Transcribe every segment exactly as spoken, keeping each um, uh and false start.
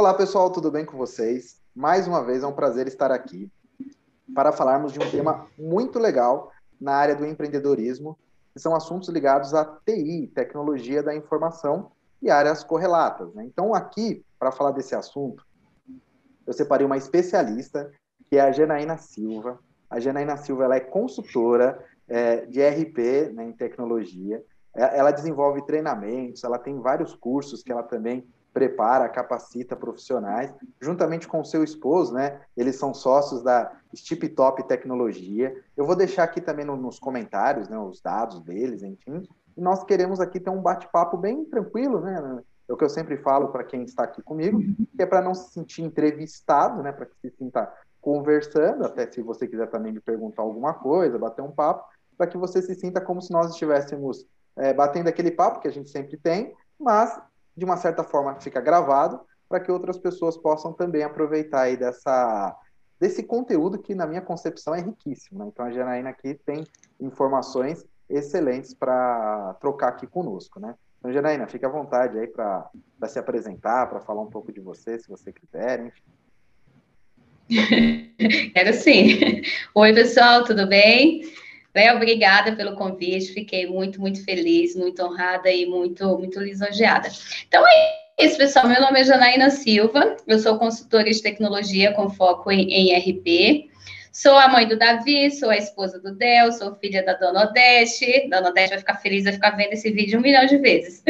Olá, pessoal, tudo bem com vocês? Mais uma vez é um prazer estar aqui para falarmos de um tema muito legal na área do empreendedorismo, que são assuntos ligados à T I, tecnologia da informação e áreas correlatas, né? Então, aqui, para falar desse assunto, eu separei uma especialista, que é a Janaína Silva. A Janaína Silva ela é consultora é, de R P, né, em tecnologia. Ela desenvolve treinamentos, ela tem vários cursos que ela também prepara, capacita profissionais, juntamente com o seu esposo, né? Eles são sócios da Steep Top Tecnologia. Eu vou deixar aqui também no, nos comentários, né, os dados deles, enfim. E nós queremos aqui ter um bate-papo bem tranquilo, né? É o que eu sempre falo para quem está aqui comigo, que é para não se sentir entrevistado, né? Para que se sinta conversando, até se você quiser também me perguntar alguma coisa, bater um papo, para que você se sinta como se nós estivéssemos é, batendo aquele papo que a gente sempre tem, mas de uma certa forma fica gravado para que outras pessoas possam também aproveitar aí dessa, desse conteúdo que, na minha concepção, é riquíssimo, né? Então, a Janaína aqui tem informações excelentes para trocar aqui conosco, né? Então, Janaína, fique à vontade aí para se apresentar, para falar um pouco de você, se você quiser, enfim. Quero sim. Oi, pessoal, tudo bem? Léo, obrigada pelo convite, fiquei muito, muito feliz, muito honrada e muito, muito lisonjeada. Então é isso, pessoal, meu nome é Janaína Silva, eu sou consultora de tecnologia com foco em, em R P, sou a mãe do Davi, sou a esposa do Del, sou filha da Dona Odete, Dona Odete vai ficar feliz, vai ficar vendo esse vídeo um milhão de vezes.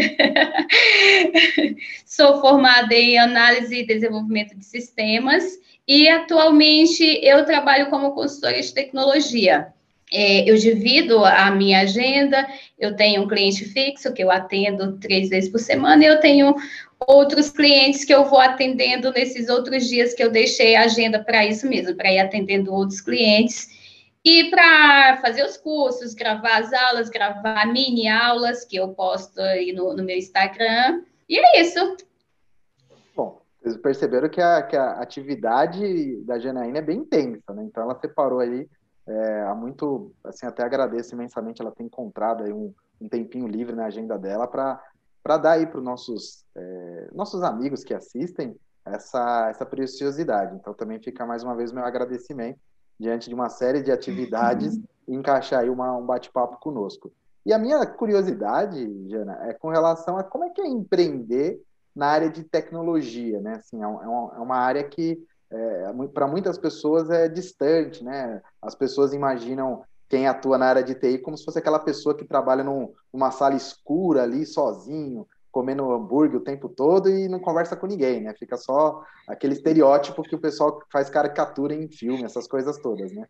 Sou formada em análise e desenvolvimento de sistemas e atualmente eu trabalho como consultora de tecnologia. É, eu divido a minha agenda, eu tenho um cliente fixo que eu atendo três vezes por semana e eu tenho outros clientes que eu vou atendendo nesses outros dias que eu deixei a agenda para isso mesmo, para ir atendendo outros clientes e para fazer os cursos, gravar as aulas, gravar mini aulas que eu posto aí no, no meu Instagram. E é isso. Bom, vocês perceberam que a, que a atividade da Janaína é bem intensa, né? Então ela separou aí é, há muito, assim, até agradeço imensamente ela ter encontrado aí um, um tempinho livre na agenda dela para para dar aí para os nossos, é, nossos amigos que assistem essa, essa preciosidade. Então também fica mais uma vez o meu agradecimento diante de uma série de atividades e encaixar aí uma, um bate-papo conosco. E a minha curiosidade, Jana, é com relação a como é que é empreender na área de tecnologia, né? Assim, é, uma, é uma área que, é, para muitas pessoas, é distante, né? As pessoas imaginam quem atua na área de T I como se fosse aquela pessoa que trabalha num, numa sala escura ali, sozinho, comendo hambúrguer o tempo todo e não conversa com ninguém, né? Fica só aquele estereótipo que o pessoal faz caricatura em filme, essas coisas todas, né?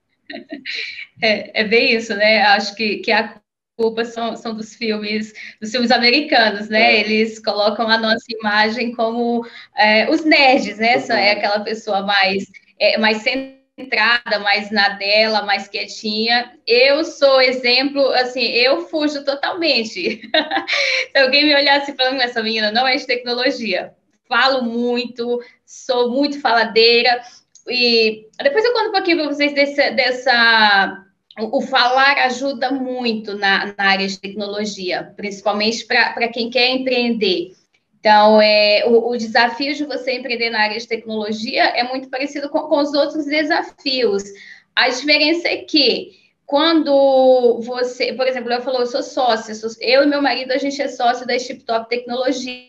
É, é bem isso, né? Acho que, que a culpa são, são dos filmes, dos filmes americanos, né? É. Eles colocam a nossa imagem como é, os nerds, né? Os nerds. É aquela pessoa mais, é, mais centrada, mais na dela, mais quietinha. Eu sou exemplo, assim, eu fujo totalmente. Se alguém me olhasse falando, essa menina não é de tecnologia. Falo muito, sou muito faladeira. E depois eu conto um pouquinho para vocês desse, dessa... O, o falar ajuda muito na, na área de tecnologia, principalmente para quem quer empreender. Então, é, o, o desafio de você empreender na área de tecnologia é muito parecido com, com os outros desafios. A diferença é que quando você, por exemplo, eu falou, eu sou sócia, sou, eu e meu marido, a gente é sócio da Steep Top Tecnologia.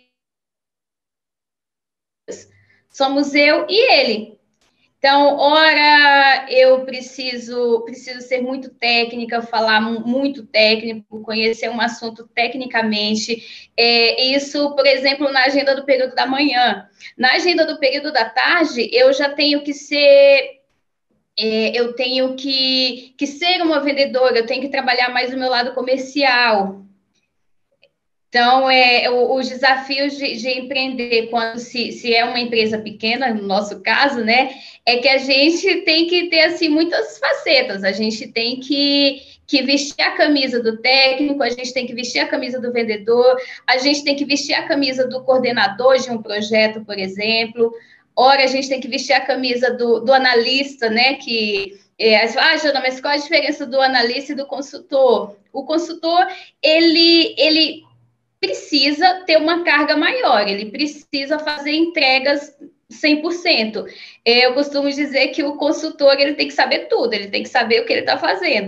Somos eu e ele. Então, ora, eu preciso, preciso ser muito técnica, falar muito técnico, conhecer um assunto tecnicamente. É, isso, por exemplo, na agenda do período da manhã. Na agenda do período da tarde, eu já tenho que ser... É, eu tenho que, que ser uma vendedora, eu tenho que trabalhar mais o meu lado comercial. Então, é, os desafios de, de empreender, quando se, se é uma empresa pequena, no nosso caso, né, é que a gente tem que ter, assim, muitas facetas. A gente tem que, que vestir a camisa do técnico, a gente tem que vestir a camisa do vendedor, a gente tem que vestir a camisa do coordenador de um projeto, por exemplo. Ora, a gente tem que vestir a camisa do, do analista, né, que... É, ah, Jana, mas qual a diferença do analista e do consultor? O consultor, ele... ele precisa ter uma carga maior, ele precisa fazer entregas cem por cento. Eu costumo dizer que o consultor ele tem que saber tudo, ele tem que saber o que ele está fazendo.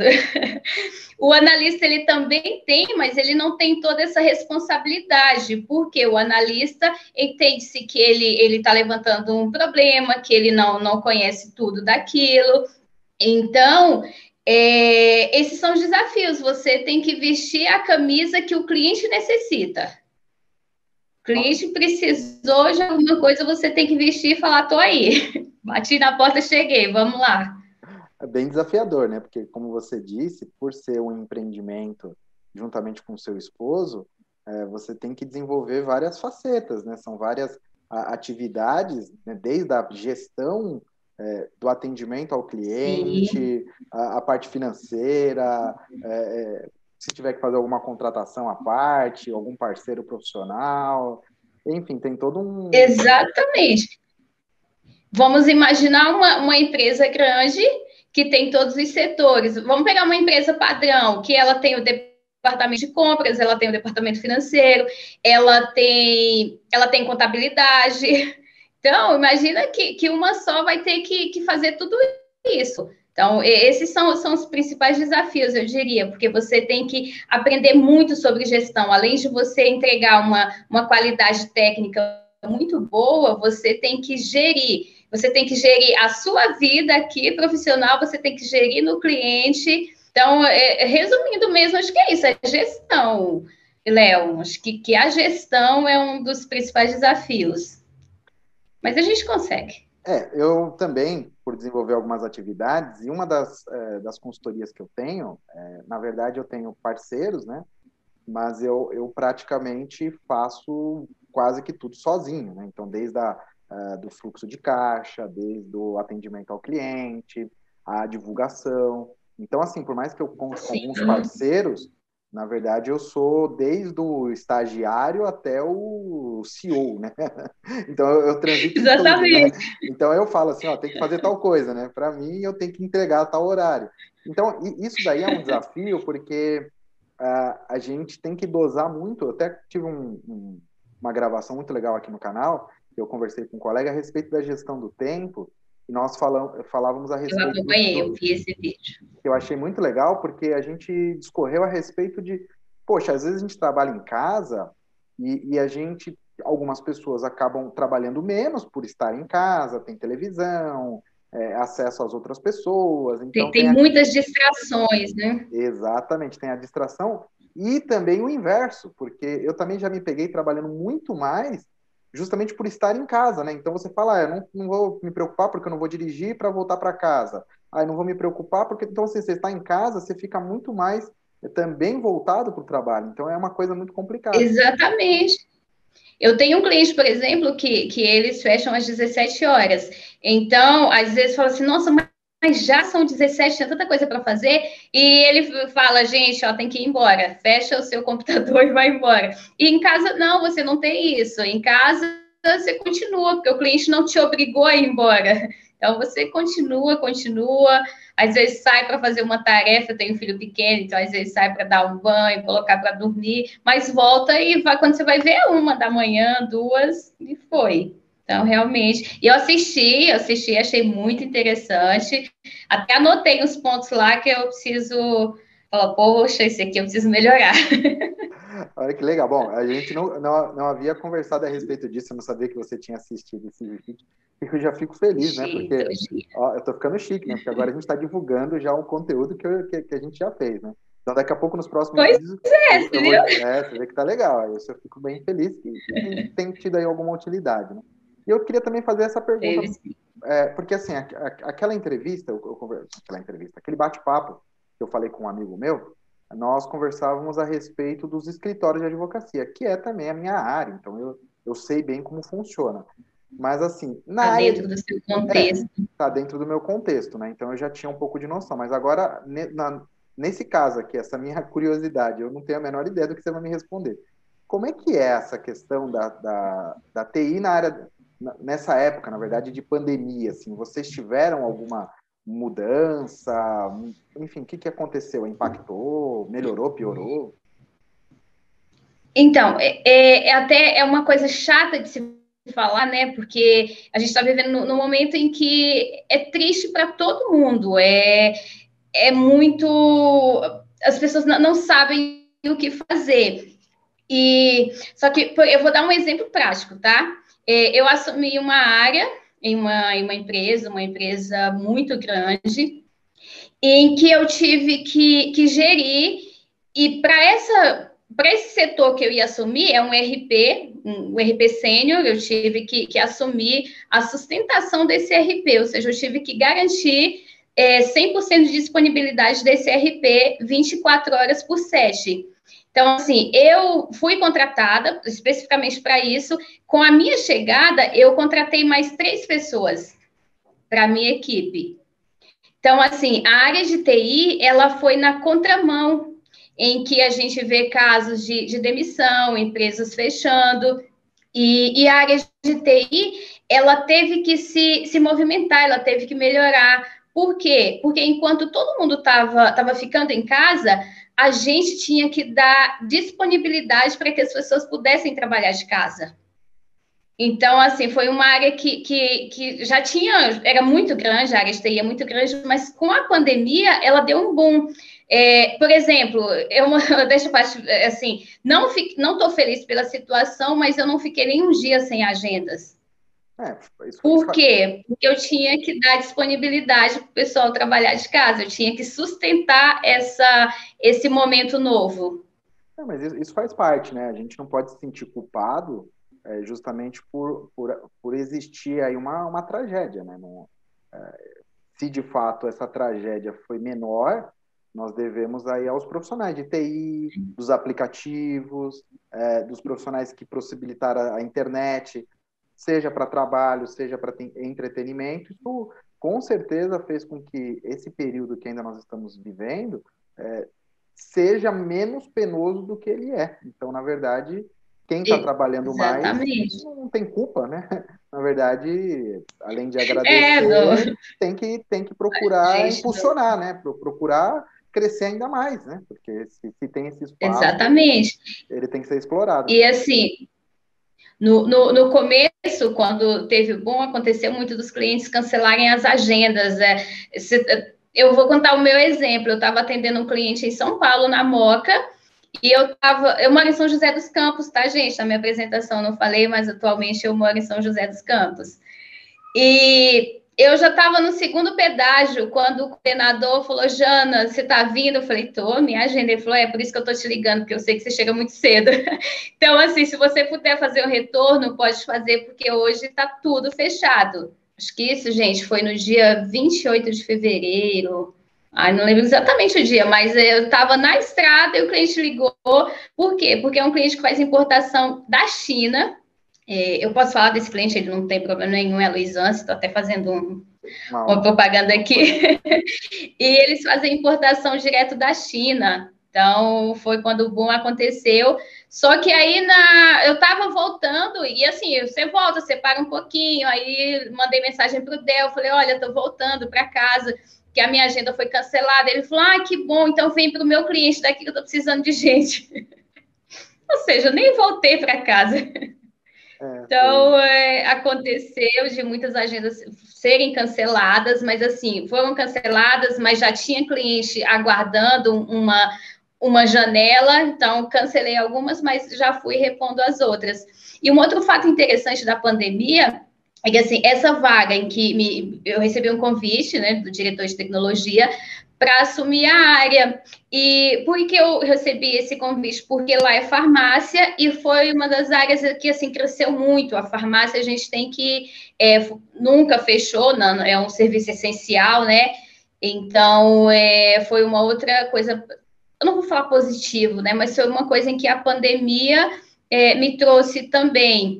O analista ele também tem, mas ele não tem toda essa responsabilidade, porque o analista entende-se que ele está levantando um problema, que ele não, não conhece tudo daquilo. Então, é, esses são os desafios. Você tem que vestir a camisa que o cliente necessita. O cliente precisou de alguma coisa, você tem que vestir e falar, tô aí. Bati na porta, cheguei, vamos lá. É bem desafiador, né? Porque, como você disse, por ser um empreendimento juntamente com o seu esposo, é, você tem que desenvolver várias facetas, né? São várias a, atividades, né? Desde a gestão é, do atendimento ao cliente, a, a parte financeira, é, é, se tiver que fazer alguma contratação à parte, algum parceiro profissional, enfim, tem todo um... Exatamente. Vamos imaginar uma, uma empresa grande que tem todos os setores. Vamos pegar uma empresa padrão, que ela tem o departamento de compras, ela tem o departamento financeiro, ela tem, ela tem contabilidade. Então, imagina que, que uma só vai ter que, que fazer tudo isso. Então, esses são, são os principais desafios, eu diria, porque você tem que aprender muito sobre gestão. Além de você entregar uma, uma qualidade técnica muito boa, você tem que gerir. Você tem que gerir a sua vida aqui, profissional, você tem que gerir no cliente. Então, é, resumindo mesmo, acho que é isso, é gestão, Léo. Acho que, que a gestão é um dos principais desafios. Mas a gente consegue. É, eu também, por desenvolver algumas atividades, e uma das, é, das consultorias que eu tenho, é, na verdade, eu tenho parceiros, né? Mas eu, eu praticamente faço quase que tudo sozinho, né? Então, desde a, uh, do fluxo de caixa, desde o atendimento ao cliente, a divulgação. Então, assim, por mais que eu conte com alguns parceiros, na verdade, eu sou desde o estagiário até o C E O, né? Então, eu, eu transito Exatamente. em tudo, né? Então, eu falo assim, ó, tem que fazer tal coisa, né? Para mim, eu tenho que entregar a tal horário. Então, isso daí é um desafio, porque uh, a gente tem que dosar muito. Eu até tive um, um, uma gravação muito legal aqui no canal, que eu conversei com um colega a respeito da gestão do tempo, e nós falam, falávamos a respeito... Eu acompanhei, do, eu vi esse vídeo. Que eu achei muito legal, porque a gente discorreu a respeito de... Poxa, às vezes a gente trabalha em casa e, e a gente... Algumas pessoas acabam trabalhando menos por estar em casa, tem televisão, é, acesso às outras pessoas. Então tem tem, tem a... muitas distrações, né? Exatamente, tem a distração e também o inverso, porque eu também já me peguei trabalhando muito mais justamente por estar em casa, né? Então você fala, ah, eu não, não vou me preocupar porque eu não vou dirigir para voltar para casa. Ah, eu não vou me preocupar porque, então, se você está em casa, você fica muito mais também voltado para o trabalho. Então é uma coisa muito complicada. Exatamente. Eu tenho um cliente, por exemplo, que, que eles fecham às dezessete horas. Então, às vezes fala assim, nossa, mas já são dezessete, tem tanta coisa para fazer. E ele fala, gente, ó, tem que ir embora. Fecha o seu computador e vai embora. E em casa, não, você não tem isso. Em casa, você continua, porque o cliente não te obrigou a ir embora. Então, você continua, continua. Às vezes sai para fazer uma tarefa, eu tenho um filho pequeno, então às vezes sai para dar um banho, colocar para dormir, mas volta e vai quando você vai ver uma da manhã, duas, e foi. Então, realmente, e eu assisti, eu assisti, achei muito interessante, até anotei uns pontos lá que eu preciso falar, poxa, esse aqui eu preciso melhorar. Olha que legal. Bom, a gente não, não, não havia conversado a respeito disso, eu não sabia que você tinha assistido esse vídeo. Eu já fico feliz, Chique, né? Porque ó, eu tô ficando chique, né? Porque agora a gente está divulgando já um conteúdo que, eu, que, que a gente já fez, né? Então, daqui a pouco, nos próximos pois vídeos, é, eu, eu vou, é, você vê que tá legal. Aí eu fico bem feliz que, que tem tido aí alguma utilidade, né? E eu queria também fazer essa pergunta, é, porque assim, a, a, aquela entrevista, eu, eu, aquela entrevista, aquele bate-papo que eu falei com um amigo meu, nós conversávamos a respeito dos escritórios de advocacia, que é também a minha área, então eu, eu sei bem como funciona. Mas, assim, na tá área... dentro do seu contexto. É, tá dentro do meu contexto, né? Então, eu já tinha um pouco de noção. Mas agora, ne, na, nesse caso aqui, essa minha curiosidade, eu não tenho a menor ideia do que você vai me responder. Como é que é essa questão da, da, da T I na área... Nessa época, na verdade, de pandemia, assim, vocês tiveram alguma mudança? Enfim, o que, que aconteceu? Impactou? Melhorou? Piorou? Então, é, é, é até é uma coisa chata de se falar, né? Porque a gente está vivendo num no momento em que é triste para todo mundo, é, é muito. As pessoas não, não sabem o que fazer. E só que eu vou dar um exemplo prático, tá? É, eu assumi uma área em uma, em uma empresa, uma empresa muito grande, em que eu tive que, que gerir, e para essa para esse setor que eu ia assumir, é um R P, um R P sênior, eu tive que, que assumir a sustentação desse R P, ou seja, eu tive que garantir é, cem por cento de disponibilidade desse R P vinte e quatro horas por sete. Então, assim, eu fui contratada especificamente para isso. Com a minha chegada, eu contratei mais três pessoas para a minha equipe. Então, assim, a área de T I, ela foi na contramão, em que a gente vê casos de, de demissão, empresas fechando, e, e a área de T I, ela teve que se, se movimentar, ela teve que melhorar. Por quê? Porque enquanto todo mundo estava tava ficando em casa, a gente tinha que dar disponibilidade para que as pessoas pudessem trabalhar de casa. Então, assim, foi uma área que, que, que já tinha, era muito grande, a área de T I é muito grande, mas com a pandemia, ela deu um boom. É, por exemplo, eu, eu deixo assim, não fico, não estou feliz pela situação, mas eu não fiquei nem um dia sem agendas. É, isso, Por isso, quê? Porque eu tinha que dar disponibilidade para o pessoal trabalhar de casa, eu tinha que sustentar essa, esse momento novo. é, mas isso, isso faz parte, né? A gente não pode se sentir culpado é, justamente por, por, por existir aí uma, uma tragédia, né? Não, é, se de fato essa tragédia foi menor, nós devemos aí aos profissionais de T I, dos aplicativos, é, dos profissionais que possibilitaram a, a internet, seja para trabalho, seja para entretenimento. Isso com certeza fez com que esse período que ainda nós estamos vivendo é, seja menos penoso do que ele é. Então, na verdade, quem está trabalhando mais Exatamente. não tem culpa, né? Na verdade, além de É, agradecer, não. tem que, tem que procurar Gente, não. impulsionar, né? Procurar crescer ainda mais, né? Porque se, se tem esse espaço, Exatamente. ele tem que ser explorado. E assim, no, no, no começo, quando teve o boom, aconteceu muito dos clientes cancelarem as agendas. É, se, eu vou contar o meu exemplo. Eu estava atendendo um cliente em São Paulo, na Moca, e eu estava. Eu moro em São José dos Campos, tá, gente? Na minha apresentação eu não falei, mas atualmente eu moro em São José dos Campos. E eu já estava no segundo pedágio, quando o coordenador falou, Jana, você está vindo? Eu falei, tô, minha agenda. Ele falou, é por isso que eu estou te ligando, porque eu sei que você chega muito cedo. Então, assim, se você puder fazer o retorno, pode fazer, porque hoje está tudo fechado. Acho que isso, gente, foi no dia vinte e oito de fevereiro. Ai, não lembro exatamente o dia, mas eu estava na estrada e o cliente ligou. Por quê? Porque é um cliente que faz importação da China. É, eu posso falar desse cliente, ele não tem problema nenhum, é a Luizance, estou até fazendo um, uma propaganda aqui. E eles fazem importação direto da China. Então, foi quando o boom aconteceu. Só que aí na, eu estava voltando, e assim, você volta, você para um pouquinho, aí mandei mensagem para o Del, falei, olha, estou voltando para casa, que a minha agenda foi cancelada. Ele falou, ah, que bom, então vem para o meu cliente daqui que eu estou precisando de gente. Ou seja, eu nem voltei para casa. É, Então, é, aconteceu de muitas agendas serem canceladas, mas assim, foram canceladas, mas já tinha cliente aguardando uma, uma janela, então cancelei algumas, mas já fui repondo as outras. E um outro fato interessante da pandemia é que assim, essa vaga em que me, eu recebi um convite, né, do diretor de tecnologia para assumir a área. E por que eu recebi esse convite? Porque lá é farmácia e foi uma das áreas que assim cresceu muito. A farmácia a gente tem que é, nunca fechou, não, é um serviço essencial, né? Então é, foi uma outra coisa. Eu não vou falar positivo, né? Mas foi uma coisa em que a pandemia é, me trouxe também.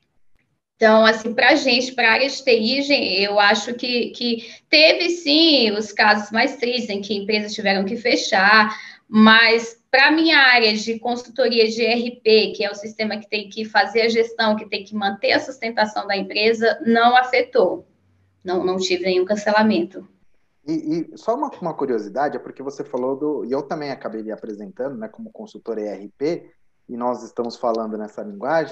Então, assim, para a gente, para a área de T I, eu acho que, que teve sim os casos mais tristes em que empresas tiveram que fechar, mas para a minha área de consultoria de E R P, que é o sistema que tem que fazer a gestão, que tem que manter a sustentação da empresa, não afetou. Não, não tive nenhum cancelamento. E, e só uma, uma curiosidade, é porque você falou do. E eu também acabei lhe apresentando, né, como consultor E R P, e nós estamos falando nessa linguagem.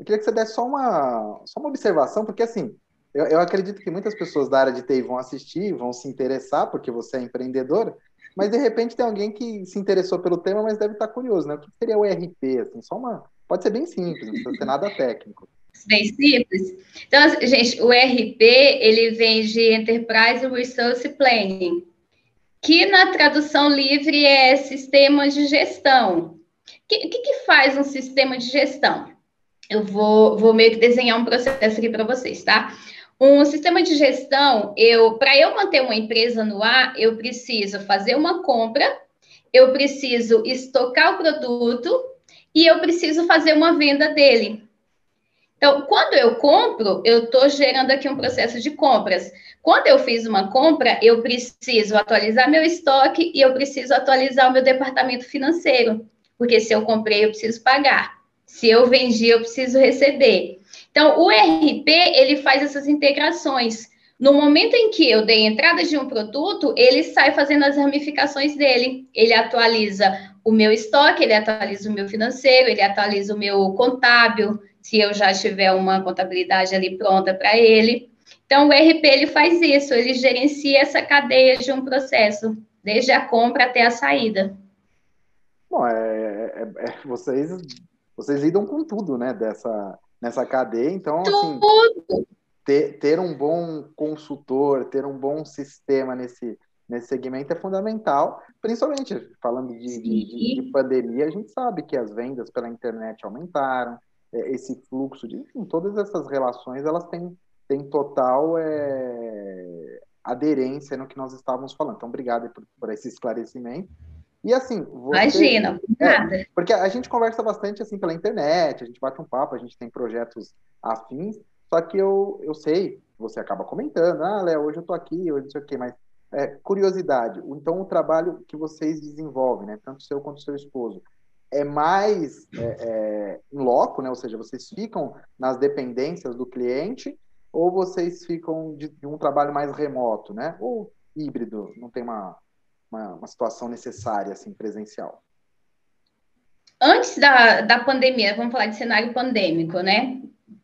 Eu queria que você desse só uma, só uma observação, porque assim, eu, eu acredito que muitas pessoas da área de T I vão assistir, vão se interessar, porque você é empreendedor, mas de repente tem alguém que se interessou pelo tema, mas deve estar curioso, né? O que seria o E R P? Assim, só uma... Pode ser bem simples, não precisa ser nada técnico. Bem simples. Então, gente, o E R P, ele vem de Enterprise Resource Planning, que na tradução livre é sistema de gestão. O que, que, que faz um sistema de gestão? Eu vou, vou meio que desenhar um processo aqui para vocês, tá? Um sistema de gestão, eu, para eu manter uma empresa no ar, eu preciso fazer uma compra, eu preciso estocar o produto e eu preciso fazer uma venda dele. Então, quando eu compro, eu estou gerando aqui um processo de compras. Quando eu fiz uma compra, eu preciso atualizar meu estoque e eu preciso atualizar o meu departamento financeiro, porque se eu comprei, eu preciso pagar. Se eu vendi, eu preciso receber. Então, o E R P, ele faz essas integrações. No momento em que eu dei entrada de um produto, ele sai fazendo as ramificações dele. Ele atualiza o meu estoque, ele atualiza o meu financeiro, ele atualiza o meu contábil, se eu já tiver uma contabilidade ali pronta para ele. Então, o E R P, ele faz isso, ele gerencia essa cadeia de um processo, desde a compra até a saída. Bom, é, é, é, vocês, vocês lidam com tudo, né, dessa, nessa cadeia, então, assim, Tudo. ter, ter um bom consultor, ter um bom sistema nesse, nesse segmento é fundamental, principalmente falando de, de, de, de pandemia, a gente sabe que as vendas pela internet aumentaram, é, esse fluxo de, enfim, todas essas relações, elas têm, têm total é, aderência no que nós estávamos falando. Então, obrigado por, por esse esclarecimento. E assim, você... Imagina, É, nada. porque a gente conversa bastante assim pela internet, a gente bate um papo, a gente tem projetos afins, só que eu, eu sei, você acaba comentando, ah, Léo, hoje eu tô aqui, hoje não sei o quê, mas é, curiosidade, então o trabalho que vocês desenvolvem, né, tanto o seu quanto o seu esposo, é mais é, é, em loco, né, ou seja, vocês ficam nas dependências do cliente ou vocês ficam de, de um trabalho mais remoto, né, ou híbrido, não tem uma, uma, uma situação necessária, assim, presencial? Antes da, da pandemia, vamos falar de cenário pandêmico, né?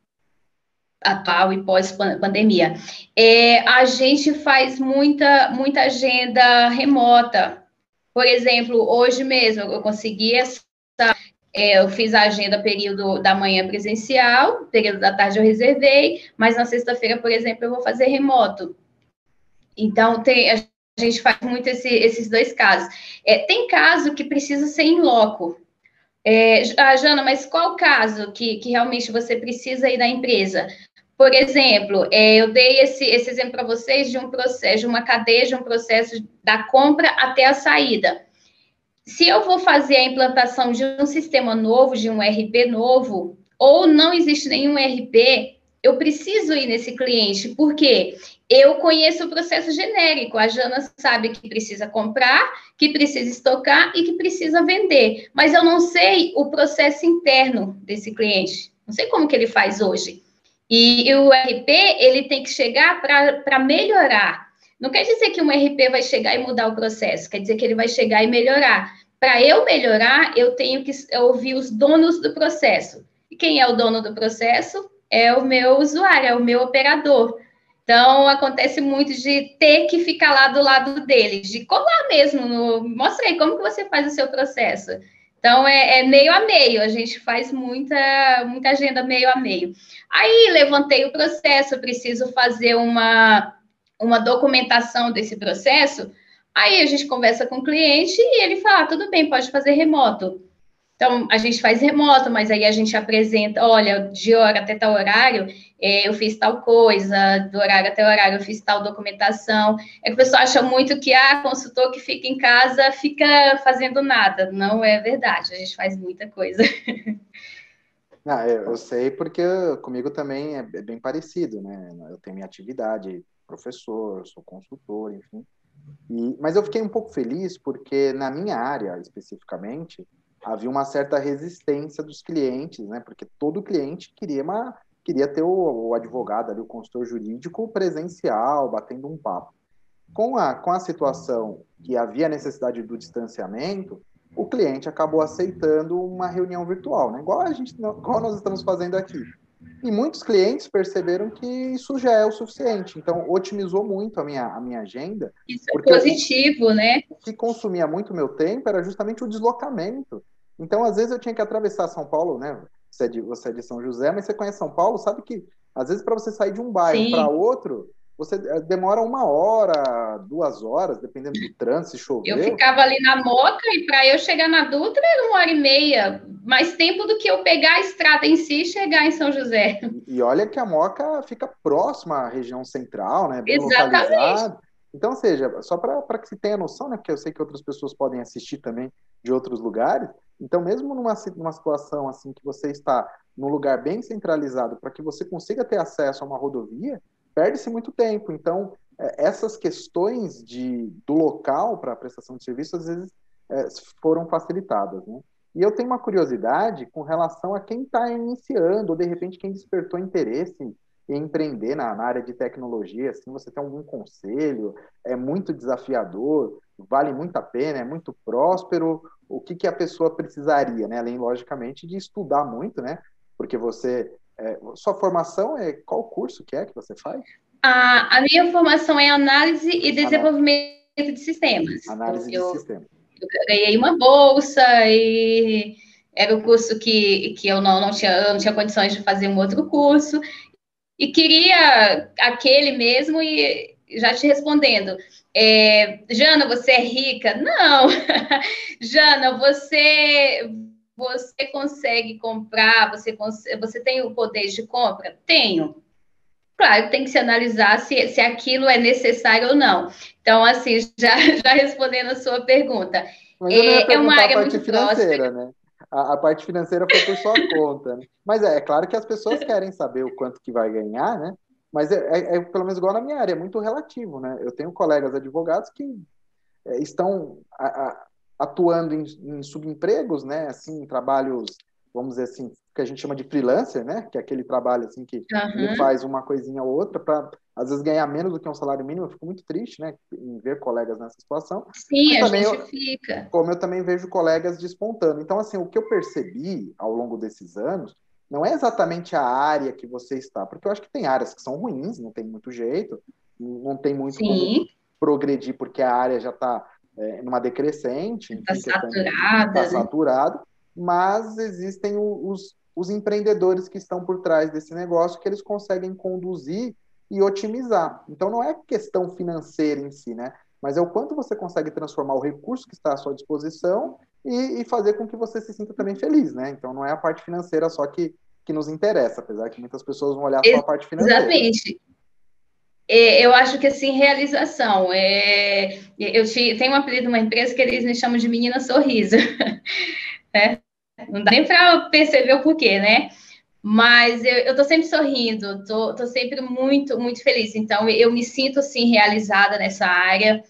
Atual e pós-pandemia. É, a gente faz muita, muita agenda remota. Por exemplo, hoje mesmo eu consegui essa. É, eu fiz a agenda período da manhã presencial, período da tarde eu reservei, mas na sexta-feira, por exemplo, eu vou fazer remoto. Então, tem, a gente faz muito esse, esses dois casos. É, tem caso que precisa ser em loco. É, ah, Jana, mas qual caso que, que realmente você precisa ir da empresa? Por exemplo, é, eu dei esse, esse exemplo para vocês de um processo, de uma cadeia, de um processo da compra até a saída. Se eu vou fazer a implantação de um sistema novo, de um E R P novo, ou não existe nenhum E R P, eu preciso ir nesse cliente, porque eu conheço o processo genérico. A Jana sabe que precisa comprar, que precisa estocar e que precisa vender, mas eu não sei o processo interno desse cliente. Não sei como que ele faz hoje. E, e o E R P, ele tem que chegar para melhorar. Não quer dizer que um E R P vai chegar e mudar o processo, quer dizer que ele vai chegar e melhorar. Para eu melhorar, eu tenho que ouvir os donos do processo. E quem é o dono do processo? É o meu usuário, é o meu operador. Então, acontece muito de ter que ficar lá do lado dele, de colar mesmo, no, mostra aí como que você faz o seu processo. Então, é, é meio a meio, a gente faz muita, muita agenda meio a meio. Aí, levantei o processo, preciso fazer uma, uma documentação desse processo, aí a gente conversa com o cliente e ele fala, ah, tudo bem, pode fazer remoto. Então, a gente faz remoto, mas aí a gente apresenta, olha, de hora até tal horário, eu fiz tal coisa, do horário até horário eu fiz tal documentação. É que o pessoal acha muito que, ah, consultor que fica em casa fica fazendo nada. Não é verdade, a gente faz muita coisa. Ah, eu, eu sei porque comigo também é, é bem parecido, né? Eu tenho minha atividade, professor, sou consultor, enfim. E, mas eu fiquei um pouco feliz porque na minha área, especificamente, havia uma certa resistência dos clientes, né? Porque todo cliente queria, uma, queria ter o, o advogado ali, o consultor jurídico presencial, batendo um papo. Com a, com a situação que havia necessidade do distanciamento, o, cliente acabou aceitando uma reunião virtual, né? Igual a gente, igual nós estamos fazendo aqui. E muitos clientes perceberam que isso já é o suficiente. Então, otimizou muito a minha, a minha agenda. Isso é positivo, o, né? O que consumia muito meu tempo era justamente o deslocamento. Então, às vezes, eu tinha que atravessar São Paulo, né? Você é de, você é de São José, mas você conhece São Paulo, sabe que, às vezes, para você sair de um bairro para outro, você demora uma hora, duas horas, dependendo do trânsito, se choveu. Eu ficava ali na Moca e para eu chegar na Dutra era uma hora e meia. Mais tempo do que eu pegar a estrada em si e chegar em São José. E, e olha que a Moca fica próxima à região central, né? Bem Exatamente. Localizado. Então, ou seja, só para que se tenha noção, né? Porque eu sei que outras pessoas podem assistir também de outros lugares. Então, mesmo numa, numa situação assim que você está num lugar bem centralizado, para que você consiga ter acesso a uma rodovia, perde-se muito tempo. Então, essas questões de, do local para a prestação de serviço, às vezes, é, foram facilitadas, né? E eu tenho uma curiosidade com relação a quem está iniciando, ou de repente quem despertou interesse em empreender na, na área de tecnologia. Assim, você tem algum conselho? É muito desafiador? Vale muito a pena? É muito próspero? O que, que a pessoa precisaria, né? Além, logicamente, de estudar muito, né? Porque você... É, sua formação é... Qual curso que é que você faz? A, a minha formação é análise e desenvolvimento análise. de sistemas. Análise eu, de sistemas. Eu ganhei uma bolsa e era o curso que, que eu, não, não tinha, eu não tinha condições de fazer um outro curso. E queria aquele mesmo e já te respondendo. É, Jana, você é rica? Não. Jana, você... Você consegue comprar? Você, consegue, você tem o poder de compra? Tenho. Claro, tem que se analisar se, se aquilo é necessário ou não. Então, assim, já, já respondendo a sua pergunta. Mas eu não ia É, é uma perguntar a área parte muito financeira, próspera. né? A, a parte financeira foi por sua conta, né? Mas é, é claro que as pessoas querem saber o quanto que vai ganhar, né? Mas é, é, é pelo menos igual na minha área, é muito relativo, né? Eu tenho colegas advogados que é, estão a, a, atuando em, em subempregos, né? Assim, em trabalhos, vamos dizer assim, que a gente chama de freelancer, né? Que é aquele trabalho assim que uhum. ele faz uma coisinha ou outra para às vezes ganhar menos do que um salário mínimo. Eu fico muito triste, né? Em ver colegas nessa situação. Sim, mas a também gente eu, fica. Como eu também vejo colegas despontando. Então, assim, o que eu percebi ao longo desses anos não é exatamente a área que você está, porque eu acho que tem áreas que são ruins, não tem muito jeito, não tem muito Sim. como progredir, porque a área já está é, numa decrescente. Está saturada. Está saturado, mas existem os, os empreendedores que estão por trás desse negócio que eles conseguem conduzir e otimizar. Então, não é questão financeira em si, né? Mas é o quanto você consegue transformar o recurso que está à sua disposição e, e fazer com que você se sinta também feliz, né? Então, não é a parte financeira só que, que nos interessa, apesar que muitas pessoas vão olhar só a parte financeira. Exatamente. É, eu acho que, assim, realização. É, eu te, tenho um apelido de uma empresa que eles me chamam de Menina Sorriso. É, não dá nem para perceber o porquê, né? Mas eu, eu tô sempre sorrindo, tô, tô sempre muito, muito feliz. Então, eu me sinto, assim, realizada nessa área.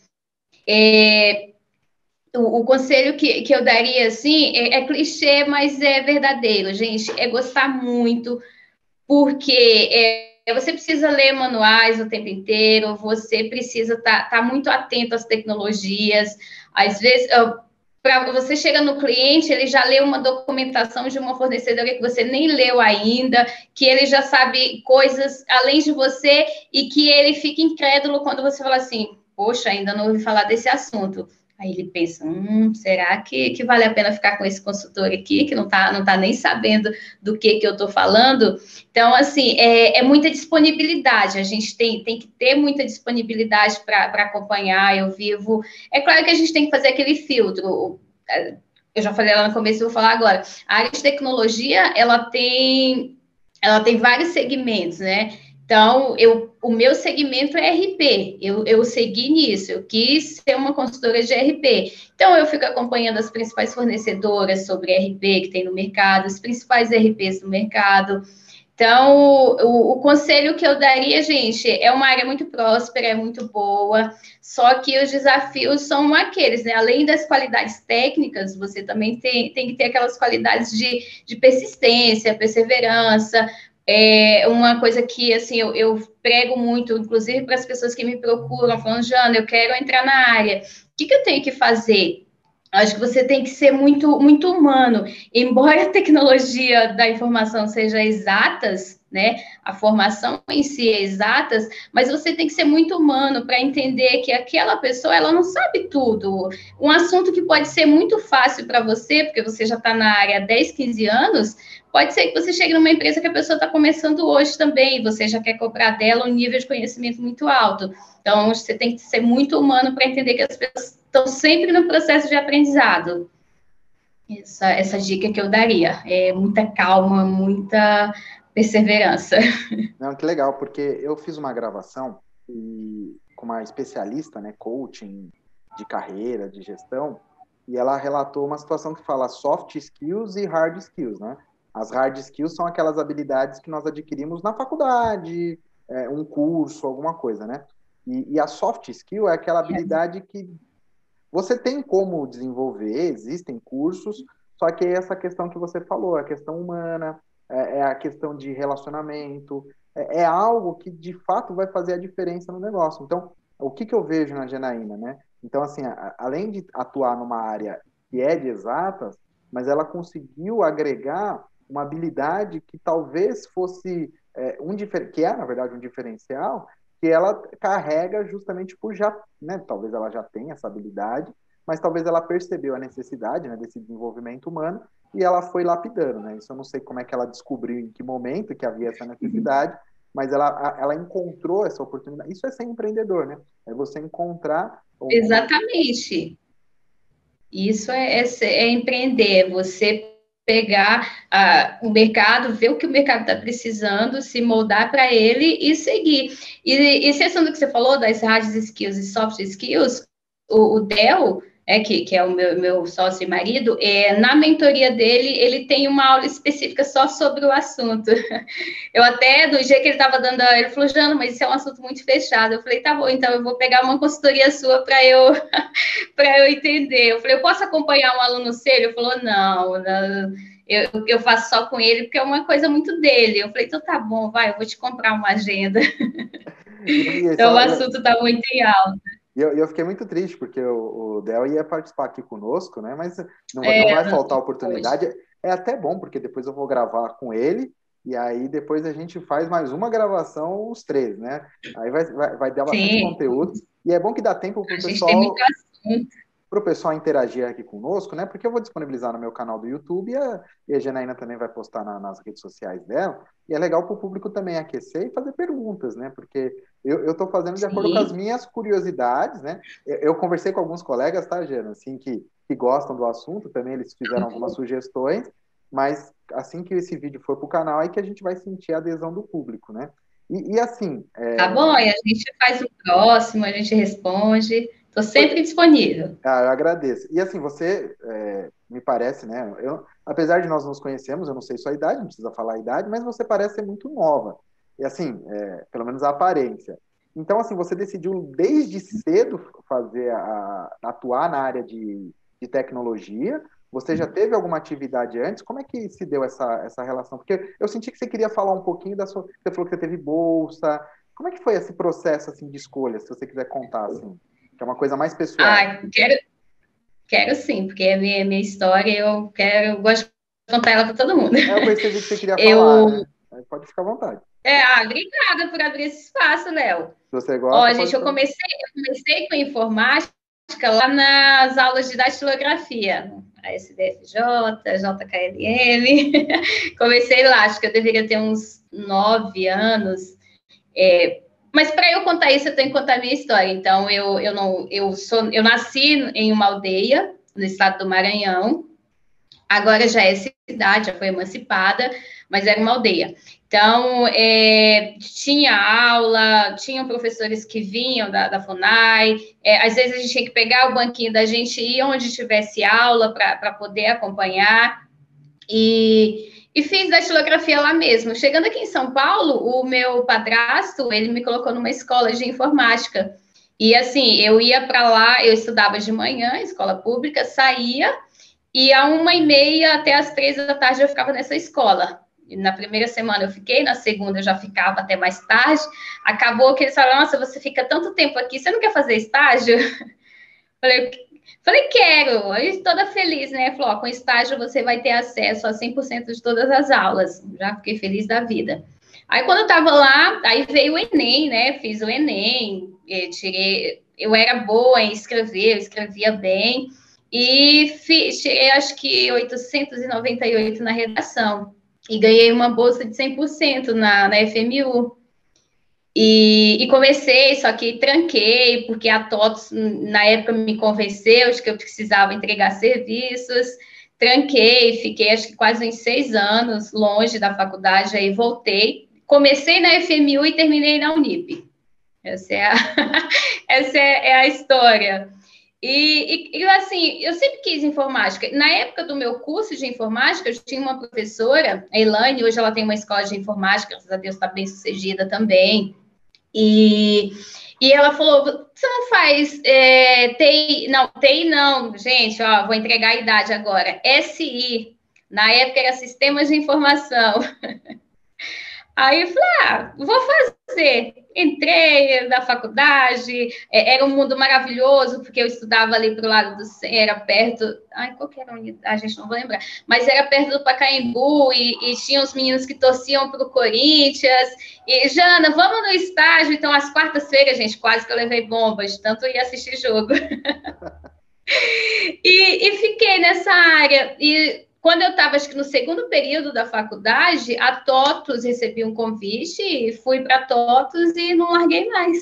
É, o, o conselho que, que eu daria, assim, é, é clichê, mas é verdadeiro, gente. É gostar muito, porque é, você precisa ler manuais o tempo inteiro, você precisa estar tá, tá muito atento às tecnologias. Às vezes... Eu, Pra, você chega no cliente, ele já leu uma documentação de uma fornecedora que você nem leu ainda, que ele já sabe coisas além de você e que ele fica incrédulo quando você fala assim, poxa, ainda não ouvi falar desse assunto. Aí ele pensa, hum, será que, que vale a pena ficar com esse consultor aqui, que não está não tá nem sabendo do que, que eu estou falando? Então, assim, é, é muita disponibilidade, a gente tem, tem que ter muita disponibilidade para acompanhar, eu vivo... É claro que a gente tem que fazer aquele filtro, eu já falei lá no começo, eu vou falar agora, a área de tecnologia, ela tem, ela tem vários segmentos, né? Então, eu, o meu segmento é R P, eu, eu segui nisso, eu quis ser uma consultora de R P. Então, eu fico acompanhando as principais fornecedoras sobre R P que tem no mercado, os principais R Ps do mercado. Então, o, o conselho que eu daria, gente, é uma área muito próspera, é muito boa, só que os desafios são aqueles, né? Além das qualidades técnicas, você também tem, tem que ter aquelas qualidades de, de persistência, perseverança. É uma coisa que, assim, eu, eu prego muito, inclusive para as pessoas que me procuram, falando, Jana, eu quero entrar na área. O que, que eu tenho que fazer? Acho que você tem que ser muito, muito humano. Embora a tecnologia da informação seja exatas, né? A formação em si é exatas, mas você tem que ser muito humano para entender que aquela pessoa ela não sabe tudo. Um assunto que pode ser muito fácil para você, porque você já está na área há dez, quinze anos, pode ser que você chegue numa empresa que a pessoa está começando hoje também, e você já quer cobrar dela um nível de conhecimento muito alto. Então, você tem que ser muito humano para entender que as pessoas estão sempre no processo de aprendizado. Essa, essa dica que eu daria. É muita calma, muita perseverança. Não, que legal, porque eu fiz uma gravação e, com uma especialista, né, coaching de carreira, de gestão, e ela relatou uma situação que fala soft skills e hard skills, né? As hard skills são aquelas habilidades que nós adquirimos na faculdade, é, um curso, alguma coisa, né? E, e a soft skill é aquela habilidade que você tem como desenvolver, existem cursos, só que é essa questão que você falou, a questão humana, é, é a questão de relacionamento, é, é algo que de fato vai fazer a diferença no negócio. Então, o que, que eu vejo na Janaína, né? Então, assim, a, além de atuar numa área que é de exatas, mas ela conseguiu agregar uma habilidade que talvez fosse é, um difer... que é, na verdade, um diferencial, que ela carrega justamente por já, né, talvez ela já tenha essa habilidade, mas talvez ela percebeu a necessidade, né, desse desenvolvimento humano e ela foi lapidando, né? Isso eu não sei como é que ela descobriu em que momento que havia essa necessidade, mas ela, ela encontrou essa oportunidade. Isso é ser empreendedor, né? É você encontrar uma... Exatamente. Isso é, é, é empreender, você pegar uh, o mercado, ver o que o mercado está precisando, se moldar para ele e seguir. E, e sendo que você falou das hard skills e soft skills, o, o Del, é, que, que é o meu, meu sócio e marido, é, na mentoria dele, ele tem uma aula específica só sobre o assunto. Eu até, do jeito que ele estava dando, ele falou, Jana, mas isso é um assunto muito fechado. Eu falei, tá bom, então eu vou pegar uma consultoria sua para eu para eu entender. Eu falei, eu posso acompanhar um aluno seu? Ele falou, não, não eu, eu faço só com ele, porque é uma coisa muito dele. Eu falei, então tá bom, vai, eu vou te comprar uma agenda. E, e Então o só, assunto está muito em alta. E eu, eu fiquei muito triste, porque o, o Del ia participar aqui conosco, né? Mas não, vai- não É, vai não, faltar oportunidade. É até bom, porque depois eu vou gravar com ele, e aí depois a gente faz mais uma gravação, os três, né? Aí vai, vai, vai dar bastante sim, conteúdo. E é bom que dá tempo para o a gente tem muito pessoal assunto. para o pessoal interagir aqui conosco, né? Porque eu vou disponibilizar no meu canal do YouTube e a, e a Janaína também vai postar na, nas redes sociais dela. E é legal para o público também aquecer e fazer perguntas, né? Porque eu estou fazendo de acordo com as Sim. minhas curiosidades, né? Eu, eu conversei com alguns colegas, tá, Jana? Assim, que, que gostam do assunto, também eles fizeram algumas sugestões, mas assim que esse vídeo for para o canal, é que a gente vai sentir a adesão do público, né? E, e assim, Tá é, bom, e a gente faz o próximo, a gente responde. Estou sempre disponível. ah, eu agradeço. E assim, você, é, me parece, né? Eu, apesar de nós nos conhecermos, eu não sei sua idade, não precisa falar a idade, mas você parece ser muito nova. E assim, é, pelo menos a aparência. Então, assim, você decidiu desde cedo fazer a, atuar na área de, de tecnologia. Você já teve alguma atividade antes? Como é que se deu essa, essa relação? Porque eu senti que você queria falar um pouquinho da sua. Você falou que você teve bolsa. Como é que foi esse processo assim de escolha, se você quiser contar assim? Que é uma coisa mais pessoal. Ah, quero, quero sim, porque é minha, minha história, eu quero, eu gosto de contar ela para todo mundo. É, eu percebi que você queria falar, Eu, né? Aí pode ficar à vontade. é, ah, obrigada por abrir esse espaço, Léo. Se você Ó, gosta, gente, pode eu ficar. comecei, eu comecei com informática lá nas aulas de datilografia, a S D F J, J K L M. Comecei lá, acho que eu deveria ter uns nove anos. É, mas para eu contar isso, eu tenho que contar a minha história. Então, eu, eu não, eu sou, eu nasci em uma aldeia no estado do Maranhão. Agora já é cidade, já foi emancipada, mas era uma aldeia. Então, é, tinha aula, tinham professores que vinham da, da FUNAI, é, às vezes a gente tinha que pegar o banquinho da gente e ir onde tivesse aula para poder acompanhar, e, e fiz datilografia lá mesmo. Chegando aqui em São Paulo, o meu padrasto, ele me colocou numa escola de informática, e assim, eu ia para lá, eu estudava de manhã, escola pública, saía, e a uma e meia até as três da tarde eu ficava nessa escola. E na primeira semana eu fiquei, na segunda eu já ficava até mais tarde. Acabou que eles falaram, nossa, você fica tanto tempo aqui, você não quer fazer estágio? Falei, Falei, quero. Aí toda feliz, né? Falou, ó, com estágio você vai ter acesso a cem por cento de todas as aulas. Já fiquei feliz da vida. Aí quando eu tava lá, aí veio o Enem, né? Fiz o Enem, tirei... Eu era boa em escrever, eu escrevia bem. E fiz, tirei acho que oitocentos e noventa e oito na redação. E ganhei uma bolsa de cem por cento na, na F M U. E, e comecei, só que tranquei, porque a TOTOS, na época, me convenceu de que eu precisava entregar serviços. Tranquei, fiquei acho que quase uns seis anos longe da faculdade, aí voltei. Comecei na F M U e terminei na Unip. Essa é a, essa é, é a história. E, e, assim, eu sempre quis informática. Na época do meu curso de informática, eu tinha uma professora, a Elaine, hoje ela tem uma escola de informática, graças a Deus está bem sucedida também. E, e ela falou, você não faz é, T I, não, T I não, gente, ó, vou entregar a idade agora, S I, na época era Sistemas de Informação. Aí eu falei, ah, vou fazer. Entrei na faculdade, era um mundo maravilhoso, porque eu estudava ali para o lado do... Era perto... Ai, qual que era a unidade? A gente não vou lembrar. Mas era perto do Pacaembu, e, e tinha os meninos que torciam para o Corinthians. E, Jana, vamos no estágio. Então, às quartas-feiras, gente, quase que eu levei bombas, tanto ia assistir jogo. e, e fiquei nessa área. E... Quando eu estava, acho que no segundo período da faculdade, a TOTOS recebi um convite e fui para a TOTOS e não larguei mais.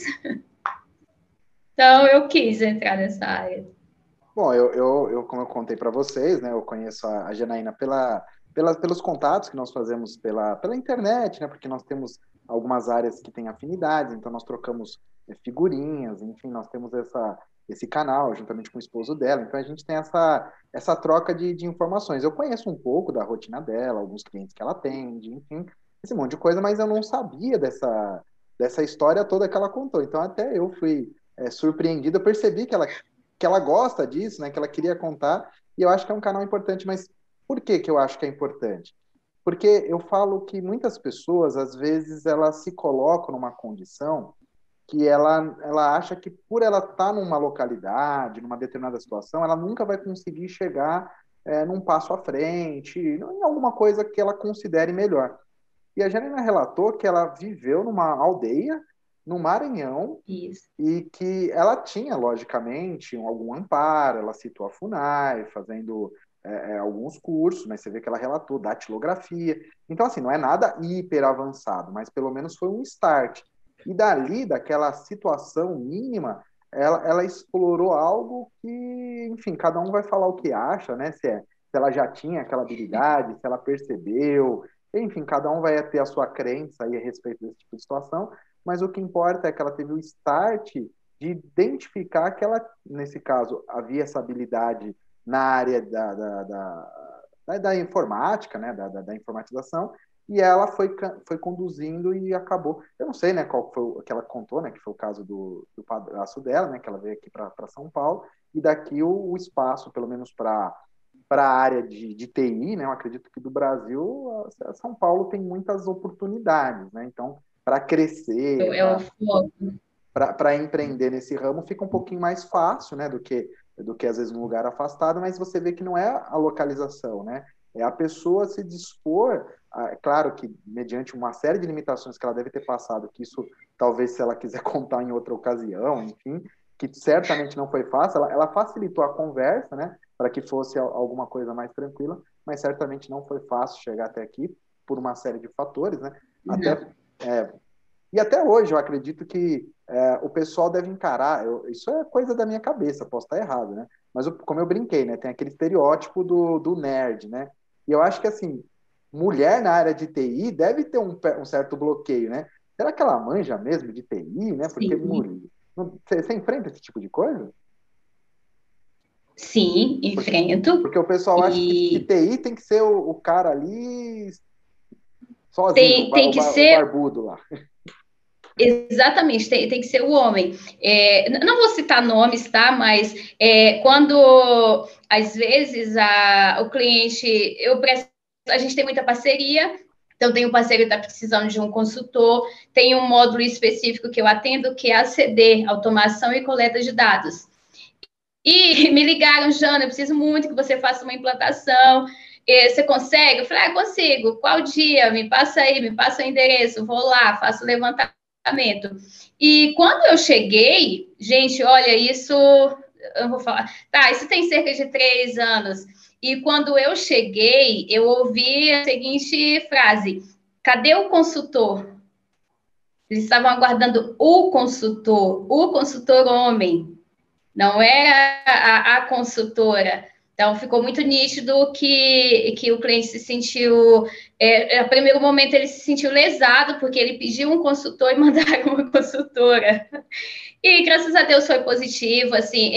Então, eu quis entrar nessa área. Bom, eu, eu, eu como eu contei para vocês, né, eu conheço a, a Janaína pela, pela, pelos contatos que nós fazemos pela, pela internet, né, porque nós temos algumas áreas que têm afinidades, então nós trocamos figurinhas, enfim, nós temos essa... esse canal, juntamente com o esposo dela. Então, a gente tem essa, essa troca de, de informações. Eu conheço um pouco da rotina dela, alguns clientes que ela atende, enfim, esse monte de coisa, mas eu não sabia dessa, dessa história toda que ela contou. Então, até eu fui é, surpreendido. Eu percebi que ela, que ela gosta disso, né, que ela queria contar, e eu acho que é um canal importante. Mas por que que eu acho que é importante? Porque eu falo que muitas pessoas, às vezes, elas se colocam numa condição que ela, ela acha que por ela estar numa localidade, numa determinada situação, ela nunca vai conseguir chegar é, num passo à frente, em alguma coisa que ela considere melhor. E a Janaína relatou que ela viveu numa aldeia, no Maranhão, Isso. e que ela tinha, logicamente, algum amparo. Ela citou a FUNAI, fazendo é, alguns cursos, mas você vê que ela relatou datilografia. Então, assim, não é nada hiper avançado, mas pelo menos foi um start. E dali, daquela situação mínima, ela, ela explorou algo que, enfim, cada um vai falar o que acha, né? Se, é, se ela já tinha aquela habilidade, se ela percebeu, enfim, cada um vai ter a sua crença aí a respeito desse tipo de situação, mas o que importa é que ela teve o start de identificar que ela, nesse caso, havia essa habilidade na área da, da, da, da, da informática, né? Da, da, da informatização, e ela foi, foi conduzindo e acabou. Eu não sei, né, qual foi o que ela contou, né, que foi o caso do, do padrasto dela, né, que ela veio aqui para São Paulo, e daqui o, o espaço, pelo menos para a área de, de T I, né, eu acredito que do Brasil, a, a São Paulo tem muitas oportunidades, né, então, para crescer, É o foco. para empreender nesse ramo, fica um pouquinho mais fácil, né, do que, do que às vezes num lugar afastado, mas você vê que não é a localização, né, é a pessoa se dispor, a, claro que mediante uma série de limitações que ela deve ter passado, que isso talvez se ela quiser contar em outra ocasião, enfim, que certamente não foi fácil, ela, ela facilitou a conversa, né, para que fosse alguma coisa mais tranquila, mas certamente não foi fácil chegar até aqui por uma série de fatores, né, até, é, e até hoje eu acredito que é, o pessoal deve encarar, eu, isso é coisa da minha cabeça, posso estar errado, né, mas eu, como eu brinquei, né, tem aquele estereótipo do, do nerd, né, e eu acho que, assim, mulher na área de T I deve ter um, um certo bloqueio, né? Será que ela manja mesmo de T I, né? Porque mulher, você, você enfrenta esse tipo de coisa? Sim, enfrento. Porque, porque o pessoal e... acha que, que T I tem que ser o, o cara ali sozinho, tem, o, tem o, que o ser... barbudo lá. Exatamente, tem, tem que ser o homem. É, não vou citar nomes, tá? Mas é, quando, às vezes, a, o cliente... eu presto, a gente tem muita parceria, então tem um parceiro que está precisando de um consultor, tem um módulo específico que eu atendo, que é a C D, Automação e Coleta de Dados. E me ligaram, Jana, eu preciso muito que você faça uma implantação. Você consegue? Eu falei, ah, consigo. Qual dia? Me passa aí, me passa o endereço. Vou lá, faço o levantamento. E quando eu cheguei, gente, olha, isso... Eu vou falar... Tá, isso tem cerca de três anos. E quando eu cheguei, eu ouvi a seguinte frase. Cadê o consultor? Eles estavam aguardando o consultor, o consultor homem. Não era a, a consultora. Então, ficou muito nítido que, que o cliente se sentiu... É, a primeiro momento, ele se sentiu lesado, porque ele pediu um consultor e mandaram uma consultora. E, graças a Deus, foi positivo. Assim,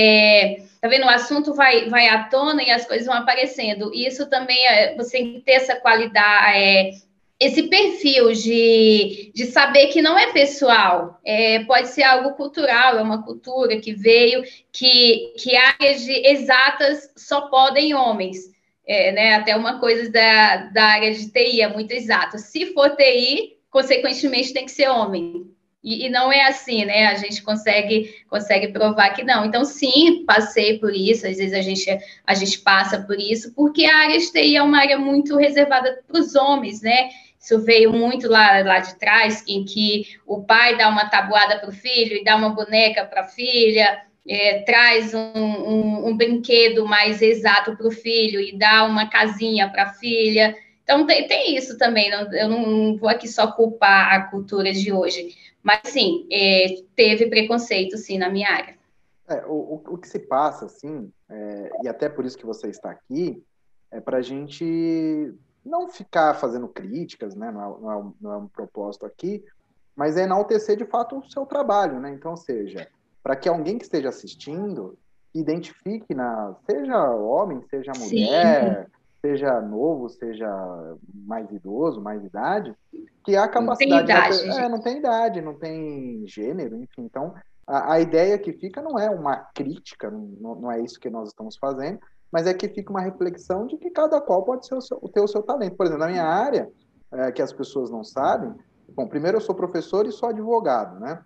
é, tá vendo? O assunto vai, vai à tona e as coisas vão aparecendo. E isso também, é, você tem que ter essa qualidade... É, esse perfil de, de saber que não é pessoal, é, pode ser algo cultural, é uma cultura que veio, que, que áreas de exatas só podem homens, é, né? Até uma coisa da, da área de T I, é muito exato. Se for T I, consequentemente tem que ser homem. E, e não é assim, né? A gente consegue, consegue provar que não. Então, sim, passei por isso, às vezes a gente, a gente passa por isso, porque a área de T I é uma área muito reservada para os homens, né? Isso veio muito lá, lá de trás, em que o pai dá uma tabuada para o filho e dá uma boneca para a filha, é, traz um, um, um brinquedo mais exato para o filho e dá uma casinha para a filha. Então, tem, tem isso também. Não, eu não vou aqui só culpar a cultura de hoje. Mas, sim, é, teve preconceito, sim, na minha área. É, o, o que se passa, assim, é, e até por isso que você está aqui, é para a gente não ficar fazendo críticas, né? Não é, não, é, não é um propósito aqui, mas é enaltecer de fato o seu trabalho, né? Então, ou seja, para que alguém que esteja assistindo identifique, na, seja homem, seja mulher, Sim. seja novo, seja mais idoso, mais idade, que há capacidade... Não tem idade, de, é, não tem idade, não tem gênero, enfim. Então, a, a ideia que fica não é uma crítica, não, não é isso que nós estamos fazendo, mas é que fica uma reflexão de que cada qual pode ser o seu, ter o seu talento. Por exemplo, na minha área, é, que as pessoas não sabem, bom, primeiro eu sou professor e sou advogado, né?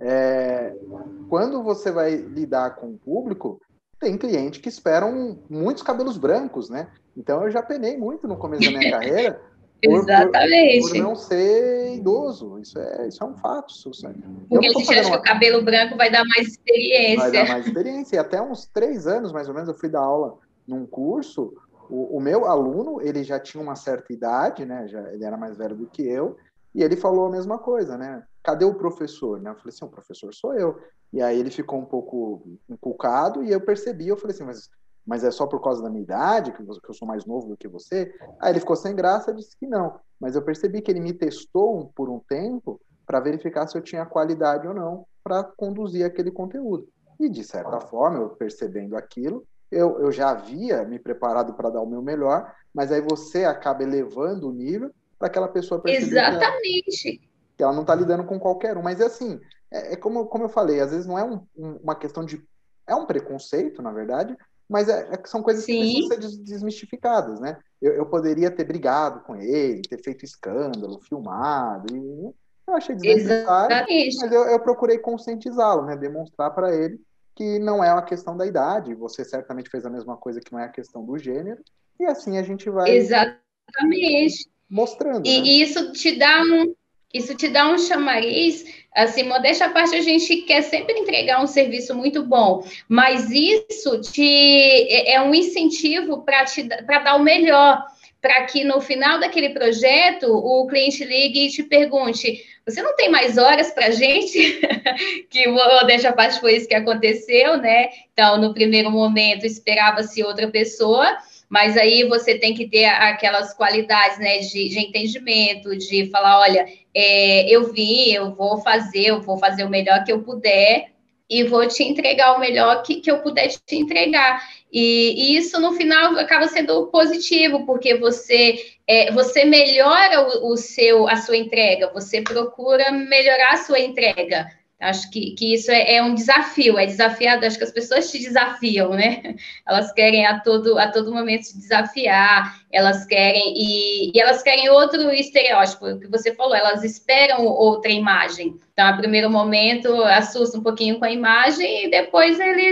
É, quando você vai lidar com o público, tem cliente que esperam muitos cabelos brancos, né? Então eu já penei muito no começo da minha carreira por, Exatamente. Por, por não ser idoso. Isso é, isso é um fato. Isso é... Porque a gente acha uma... que o cabelo branco vai dar mais experiência. Vai dar mais experiência. E até uns três anos, mais ou menos, eu fui dar aula num curso. O, o meu aluno, ele já tinha uma certa idade, né? Já, ele era mais velho do que eu. E ele falou a mesma coisa, né? Cadê o professor? Eu falei assim, o professor sou eu. E aí ele ficou um pouco inculcado e eu percebi, eu falei assim, mas, mas é só por causa da minha idade, que eu sou mais novo do que você? Aí ele ficou sem graça e disse que não. Mas eu percebi que ele me testou por um tempo para verificar se eu tinha qualidade ou não para conduzir aquele conteúdo. E, de certa forma, eu percebendo aquilo, eu, eu já havia me preparado para dar o meu melhor, mas aí você acaba elevando o nível para aquela pessoa perceber Exatamente. Que, ela, que ela não está lidando com qualquer um. Mas, assim, é, é como, como eu falei, às vezes não é um, um, uma questão de... É um preconceito, na verdade, mas é, é, são coisas Sim. que precisam ser des, desmistificadas, né? Eu, eu poderia ter brigado com ele, ter feito escândalo, filmado, e eu achei desnecessário, Exatamente. mas eu, eu procurei conscientizá-lo, né? Demonstrar para ele que não é uma questão da idade, você certamente fez a mesma coisa que não é a questão do gênero, e assim a gente vai Exatamente. mostrando, e, né? E isso te dá um, isso te dá um chamariz, assim, modéstia à parte, a gente quer sempre entregar um serviço muito bom, mas isso te, é um incentivo para dar o melhor, para que no final daquele projeto o cliente ligue e te pergunte, você não tem mais horas para a gente? Que modéstia à parte foi isso que aconteceu, né? Então, no primeiro momento, esperava-se outra pessoa, mas aí você tem que ter aquelas qualidades, né, de, de entendimento, de falar, olha, é, eu vi, eu vou fazer, eu vou fazer o melhor que eu puder e vou te entregar o melhor que, que eu puder te entregar. E, e isso, no final, acaba sendo positivo, porque você, é, você melhora o, o seu, a sua entrega, você procura melhorar a sua entrega. Acho que, que isso é, é um desafio, é desafiado, acho que as pessoas te desafiam, né? Elas querem a todo, a todo momento te desafiar, elas querem, e, e elas querem outro estereótipo, o que você falou, elas esperam outra imagem. Então, a primeiro momento, assusta um pouquinho com a imagem e depois eles,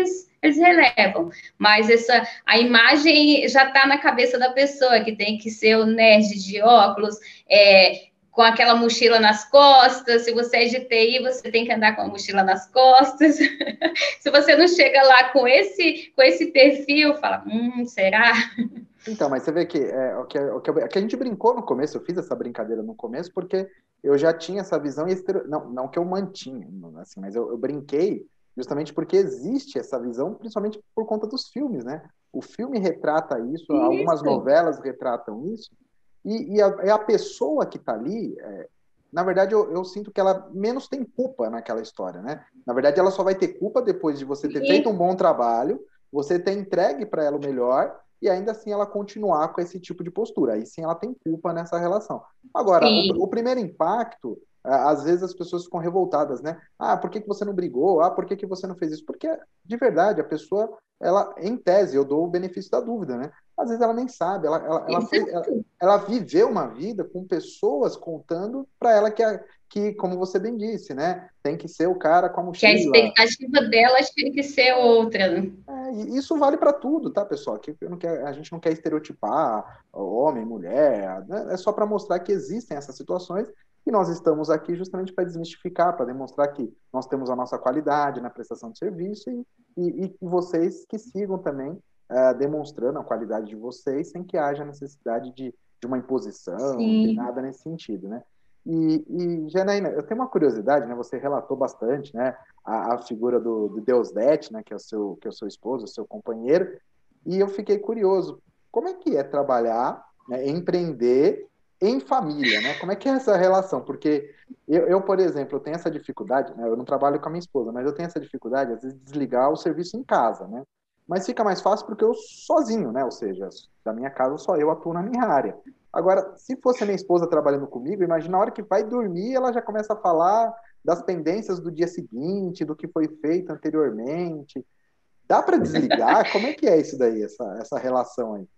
eles relevam. Mas essa, a imagem já está na cabeça da pessoa, que tem que ser o nerd de óculos, é, com aquela mochila nas costas. Se você é de T I, você tem que andar com a mochila nas costas. Se você não chega lá com esse, com esse perfil, fala, hum, será? Então, mas você vê que, é, o que, o que, o que a gente brincou no começo, eu fiz essa brincadeira no começo, porque eu já tinha essa visão, e estereo... não, não que eu mantinha, assim, mas eu, eu brinquei justamente porque existe essa visão, principalmente por conta dos filmes, né? O filme retrata isso, isso. Algumas novelas retratam isso, e, e a, é a pessoa que está ali, é, na verdade, eu, eu sinto que ela menos tem culpa naquela história, né? Na verdade, ela só vai ter culpa depois de você ter feito um bom trabalho, você ter entregue para ela o melhor, e ainda assim ela continuar com esse tipo de postura. Aí sim ela tem culpa nessa relação. Agora, o, o primeiro impacto, às vezes as pessoas ficam revoltadas, né? Ah, por que, que você não brigou? Ah, por que, que você não fez isso? Porque, de verdade, a pessoa, ela, em tese, eu dou o benefício da dúvida, né? Às vezes ela nem sabe, ela, ela, ela, foi, ela, ela viveu uma vida com pessoas contando para ela que, a, que, como você bem disse, né? Tem que ser o cara com a mochila. Que a expectativa delas tem que ser outra, né? É, e isso vale para tudo, tá, pessoal? Que eu não quero, a gente não quer estereotipar homem, mulher, né? É só para mostrar que existem essas situações e nós estamos aqui justamente para desmistificar, para demonstrar que nós temos a nossa qualidade na prestação de serviço e, e, e vocês que sigam também é, demonstrando a qualidade de vocês sem que haja necessidade de, de uma imposição, de nada nesse sentido, né? E, e, Janaína, eu tenho uma curiosidade, né? Você relatou bastante, né? A, a figura do, do Deus Det, né? Que é o seu, que é o seu esposo, o seu companheiro. E eu fiquei curioso. Como é que é trabalhar, né, empreender em família, né? Como é que é essa relação? Porque eu, eu, por exemplo, eu tenho essa dificuldade, né? Eu não trabalho com a minha esposa, mas eu tenho essa dificuldade, às vezes, de desligar o serviço em casa, né? Mas fica mais fácil porque eu sozinho, né? Ou seja, da minha casa só eu atuo na minha área. Agora, se fosse a minha esposa trabalhando comigo, imagina a hora que vai dormir, ela já começa a falar das pendências do dia seguinte, do que foi feito anteriormente. Dá para desligar? Como é que é isso daí, essa, essa relação aí?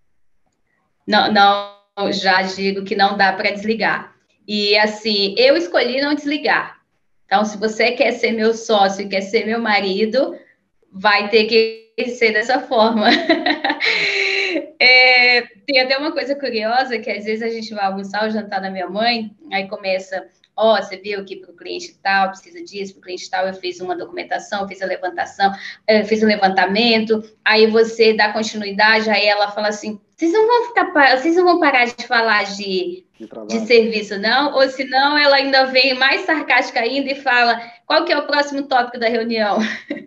Não, não, já digo que não dá para desligar. E, assim, eu escolhi não desligar. Então, se você quer ser meu sócio e quer ser meu marido, vai ter que ser dessa forma. É, tem até uma coisa curiosa, que às vezes a gente vai almoçar ou jantar na minha mãe, aí começa, ó, oh, você viu que para o cliente tal, precisa disso, para o cliente tal, eu fiz uma documentação, fiz a levantação, eu fiz um levantamento, aí você dá continuidade, aí ela fala assim, vocês não vão ficar, vocês não vão parar de falar de, de, de serviço, não? Ou senão ela ainda vem mais sarcástica ainda e fala, qual que é o próximo tópico da reunião?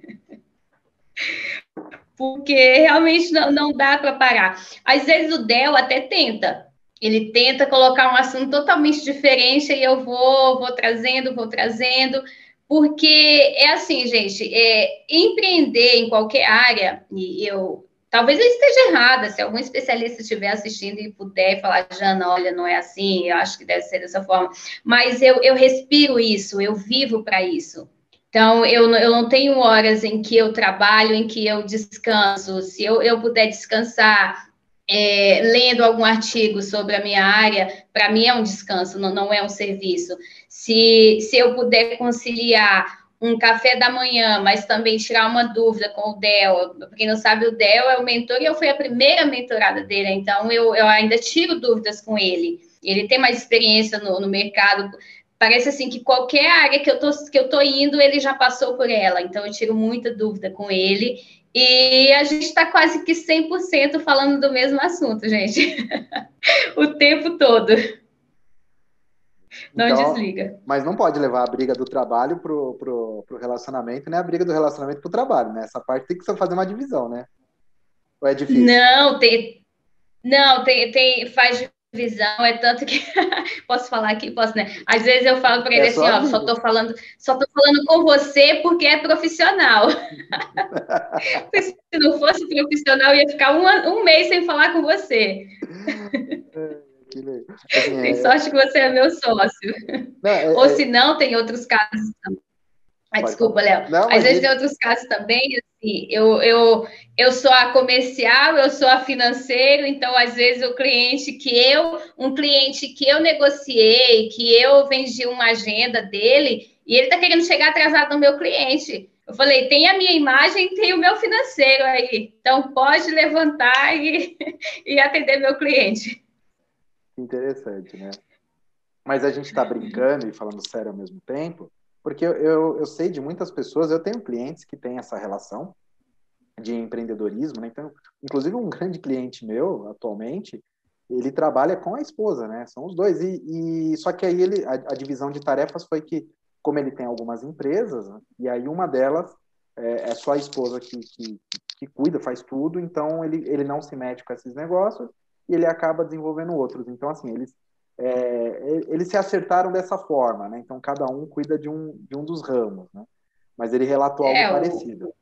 Porque realmente não, não dá para parar. Às vezes o Del até tenta, ele tenta colocar um assunto totalmente diferente e eu vou, vou trazendo, vou trazendo, porque é assim, gente, é, empreender em qualquer área, e eu, talvez eu esteja errada, se algum especialista estiver assistindo e puder falar, Jana, olha, não é assim, eu acho que deve ser dessa forma, mas eu, eu respiro isso, eu vivo para isso. Então, eu, eu não tenho horas em que eu trabalho, em que eu descanso. Se eu, eu puder descansar é, lendo algum artigo sobre a minha área, para mim é um descanso, não, não é um serviço. Se, se eu puder conciliar um café da manhã, mas também tirar uma dúvida com o Del, para quem não sabe, o Del é o mentor e eu fui a primeira mentorada dele, então eu, eu ainda tiro dúvidas com ele. Ele tem mais experiência no, no mercado. Parece assim que qualquer área que eu, tô, que eu tô indo, ele já passou por ela. Então, eu tiro muita dúvida com ele. E a gente está quase que cem por cento falando do mesmo assunto, gente. O tempo todo. Não então, desliga. Mas não pode levar a briga do trabalho pro, pro, pro relacionamento, nem a briga do relacionamento pro trabalho, né? Essa parte tem que fazer uma divisão, né? Ou é difícil? Não, tem... Não, tem, tem, faz visão, é tanto que posso falar aqui, posso, né? Às vezes eu falo para ele é assim, ó, só tô falando, só tô falando com você porque é profissional. Se não fosse profissional, eu ia ficar um, um mês sem falar com você. Que legal. Assim, tem é... sorte que você é meu sócio. Não, é, Ou é... se não, tem outros casos também. Ah, desculpa, Léo. Às mas vezes tem outros casos também, assim, eu, eu, eu sou a comercial, eu sou a financeiro, então, às vezes, o cliente que eu, um cliente que eu negociei, que eu vendi uma agenda dele, e ele está querendo chegar atrasado no meu cliente. Eu falei, tem a minha imagem, tem o meu financeiro aí. Então, pode levantar e, e atender meu cliente. Interessante, né? Mas a gente está brincando e falando sério ao mesmo tempo, porque eu, eu, eu sei de muitas pessoas, eu tenho clientes que têm essa relação de empreendedorismo, né? Então, inclusive um grande cliente meu, atualmente, ele trabalha com a esposa, né? São os dois. E, e só que aí ele, a, a divisão de tarefas foi que, como ele tem algumas empresas, né? E aí uma delas é, é só a esposa que, que, que cuida, faz tudo, então ele, ele não se mete com esses negócios e ele acaba desenvolvendo outros. Então, assim, eles, é, eles se acertaram dessa forma, né? Então, cada um cuida de um, de um dos ramos, né? Mas ele relatou algo É, o... parecido.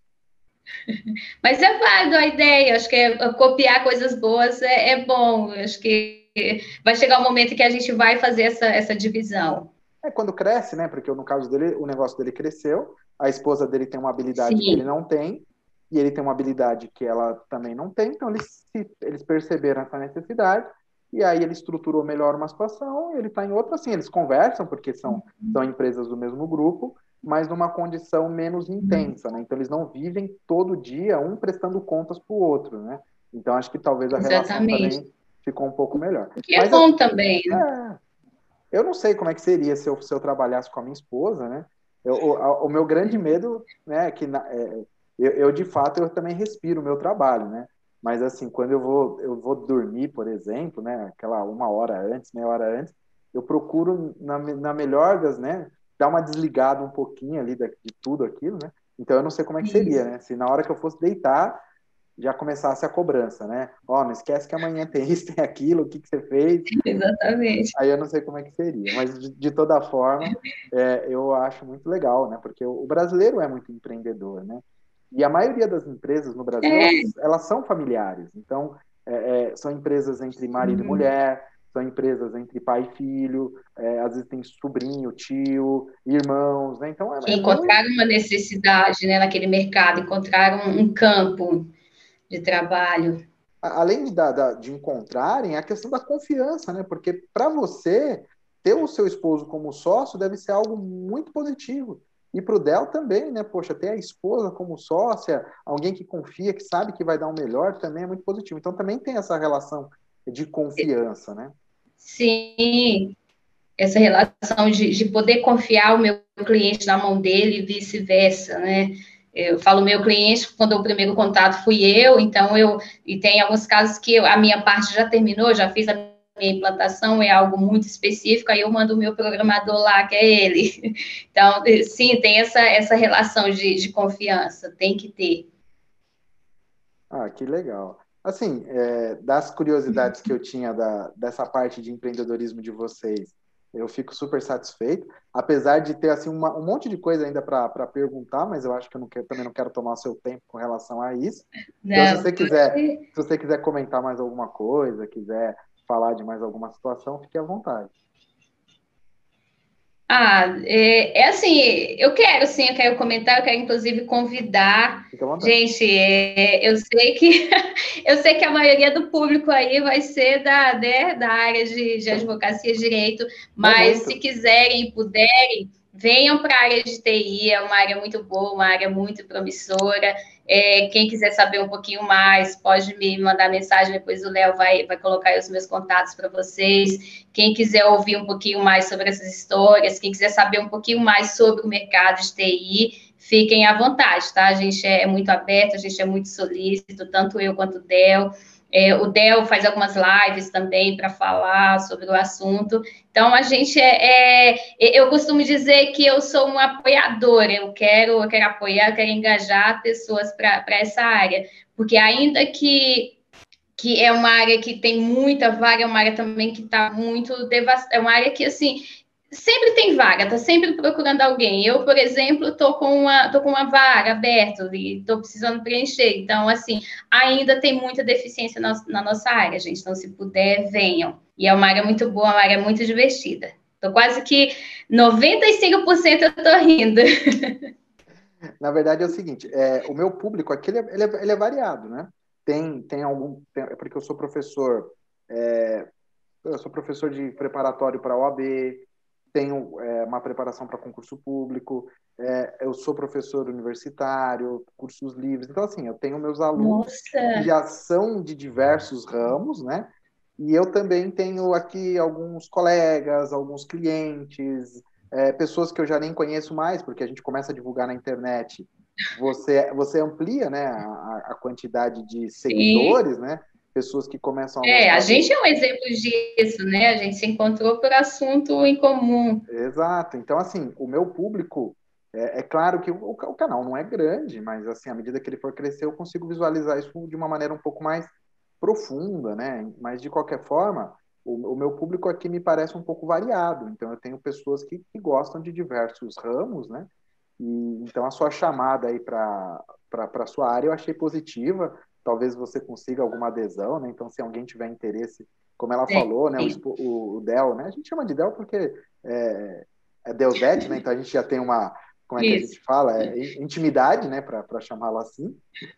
Mas é válido a ideia, acho que é, copiar coisas boas é, é bom, acho que vai chegar um momento que a gente vai fazer essa, essa divisão. É quando cresce, né? Porque no caso dele, o negócio dele cresceu, a esposa dele tem uma habilidade que ele Sim, não tem, e ele tem uma habilidade que ela também não tem, então eles, eles perceberam essa necessidade, e aí ele estruturou melhor uma situação, e ele está em outra, assim, eles conversam, porque são, são empresas do mesmo grupo, mas numa condição menos intensa, né? Então eles não vivem todo dia um prestando contas para o outro, né? Então acho que talvez a relação exatamente. também ficou um pouco melhor. O que é Mas é, bom também, né? eu não sei como é que seria se eu, se eu trabalhasse com a minha esposa, né? Eu, o, o meu grande medo, né, é que na, é, eu, eu, de fato, eu também respiro o meu trabalho, né? Mas, assim, quando eu vou, eu vou dormir, por exemplo, né, aquela uma hora antes, meia hora antes, eu procuro, na, na melhor das, né, dar uma desligada um pouquinho ali de, de tudo aquilo, né? Então, eu não sei como é que seria, Isso. né? Se na hora que eu fosse deitar, já começasse a cobrança, né? Ó, oh, não esquece que amanhã tem isso, tem aquilo, o que, que você fez? Exatamente. Aí eu não sei como é que seria, mas de, de toda forma, é, eu acho muito legal, né? Porque o, o brasileiro é muito empreendedor, né? E a maioria das empresas no Brasil, É, elas, elas são familiares. Então, é, é, são empresas entre marido e mulher, são empresas entre pai e filho, é, às vezes tem sobrinho, tio, irmãos, né? Então, é, que é muito... encontraram uma necessidade, né, naquele mercado, encontraram um campo de trabalho. Além da, da, de encontrarem, é a questão da confiança, né? Porque para você, ter o seu esposo como sócio deve ser algo muito positivo. E para o Del também, né? Poxa, ter a esposa como sócia, alguém que confia, que sabe que vai dar o melhor, também é muito positivo. Então também tem essa relação de confiança, né? Sim, essa relação de, de poder confiar o meu cliente na mão dele e vice-versa, né? Eu falo meu cliente, quando o primeiro contato fui eu, então eu, e tem alguns casos que eu, a minha parte já terminou, já fiz a minha implantação, é algo muito específico, aí eu mando o meu programador lá, que é ele. Então, sim, tem essa, essa relação de, de confiança, tem que ter. Ah, que legal. Assim, é, das curiosidades que eu tinha da, dessa parte de empreendedorismo de vocês, eu fico super satisfeito, apesar de ter assim uma, um monte de coisa ainda para perguntar, mas eu acho que eu não quero, também não quero tomar o seu tempo com relação a isso. Então, se Não, você quiser, se você quiser comentar mais alguma coisa, quiser falar de mais alguma situação, fique à vontade. ah, é, é assim, eu quero sim, eu quero comentar, eu quero inclusive convidar. Fique à vontade. Gente, é, eu sei que eu sei que a maioria do público aí vai ser da, né, da área de, de advocacia e direito, Não mas se muito. quiserem e puderem, venham para a área de T I, é uma área muito boa, uma área muito promissora. É, quem quiser saber um pouquinho mais, pode me mandar mensagem, depois o Léo vai, vai colocar aí os meus contatos para vocês. Quem quiser ouvir um pouquinho mais sobre essas histórias, quem quiser saber um pouquinho mais sobre o mercado de T I, fiquem à vontade, tá? A gente é muito aberto, a gente é muito solícito, tanto eu quanto o Del. É, o Del faz algumas lives também para falar sobre o assunto. Então, a gente é, é, eu costumo dizer que eu sou uma apoiadora, eu quero, eu quero apoiar, eu quero engajar pessoas para essa área, porque ainda que, que é uma área que tem muita vaga, é uma área também que está muito devastada, é uma área que, assim, sempre tem vaga, tá sempre procurando alguém. Eu, por exemplo, tô com uma, tô com uma vaga aberta e tô precisando preencher. Então, assim, ainda tem muita deficiência na, na nossa área, gente. Então, se puder, venham. E é uma área muito boa, uma área muito divertida. Tô quase que noventa e cinco por cento eu tô rindo. Na verdade é o seguinte, é, o meu público aqui ele é, ele é, ele é variado, né? Tem, tem algum, tem, é porque eu sou professor, é, eu sou professor de preparatório para a O A B, tenho é, uma preparação para concurso público, é, eu sou professor universitário, cursos livres. Então, assim, eu tenho meus alunos Nossa. que já são de diversos ramos, né? E eu também tenho aqui alguns colegas, alguns clientes, é, pessoas que eu já nem conheço mais, porque a gente começa a divulgar na internet. Você, você amplia, né, a, a quantidade de seguidores, Sim. né? Pessoas que começam a É, a gostar do... gente é um exemplo disso, né? A gente se encontrou por assunto em comum. Exato. Então, assim, o meu público, é, é claro que o, o canal não é grande, mas, assim, à medida que ele for crescer, eu consigo visualizar isso de uma maneira um pouco mais profunda, né? Mas, de qualquer forma, o, o meu público aqui me parece um pouco variado. Então, eu tenho pessoas que, que gostam de diversos ramos, né? E, então, a sua chamada aí para a sua área eu achei positiva. Talvez você consiga alguma adesão, né? Então, se alguém tiver interesse, como ela falou, né? O, Sim. expo- o, o Del, né? A gente chama de Del porque é, é Deusete, né? Então, a gente já tem uma, como é que a Isso. gente fala? É, intimidade, né? Para chamá-lo assim.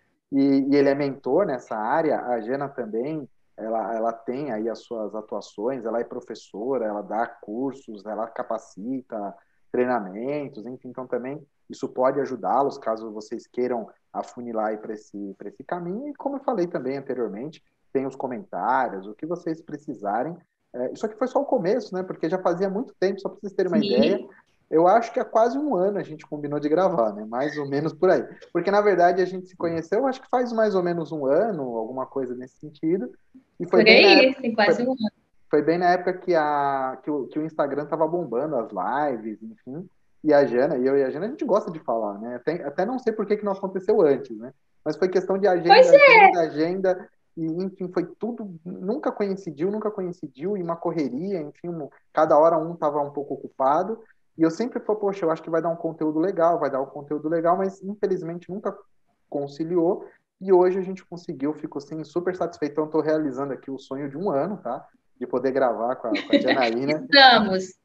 E, e ele é mentor nessa área. A Jana também, ela, ela tem aí as suas atuações, ela é professora, ela dá cursos, ela capacita, treinamentos, enfim, então também isso pode ajudá-los caso vocês queiram afunilar para esse, para esse caminho. E como eu falei também anteriormente, tem os comentários, o que vocês precisarem. É, isso aqui foi só o começo, né? Porque já fazia muito tempo, só para vocês terem uma ideia. Sim. Eu acho que há quase um ano a gente combinou de gravar, né? Mais ou menos por aí. Porque, na verdade, a gente se conheceu, acho que faz mais ou menos um ano, alguma coisa nesse sentido. E foi Por bem na aí, época, tem foi, quase um ano. foi bem na época que, a, que, o, que o Instagram estava bombando, as lives, enfim. E a Jana, e eu e a Jana, a gente gosta de falar, né? Até, até não sei por que, que não aconteceu antes, né? Mas foi questão de Pois agenda, é. agenda, agenda. E, enfim, foi tudo, nunca coincidiu, nunca coincidiu, e uma correria, enfim, um- cada hora um estava um pouco ocupado. E eu sempre falei, poxa, eu acho que vai dar um conteúdo legal, vai dar um conteúdo legal, mas infelizmente nunca conciliou. E hoje a gente conseguiu, fico assim, super satisfeito. Então, estou realizando aqui o sonho de um ano, tá? De poder gravar com a, com a Janaína. Estamos.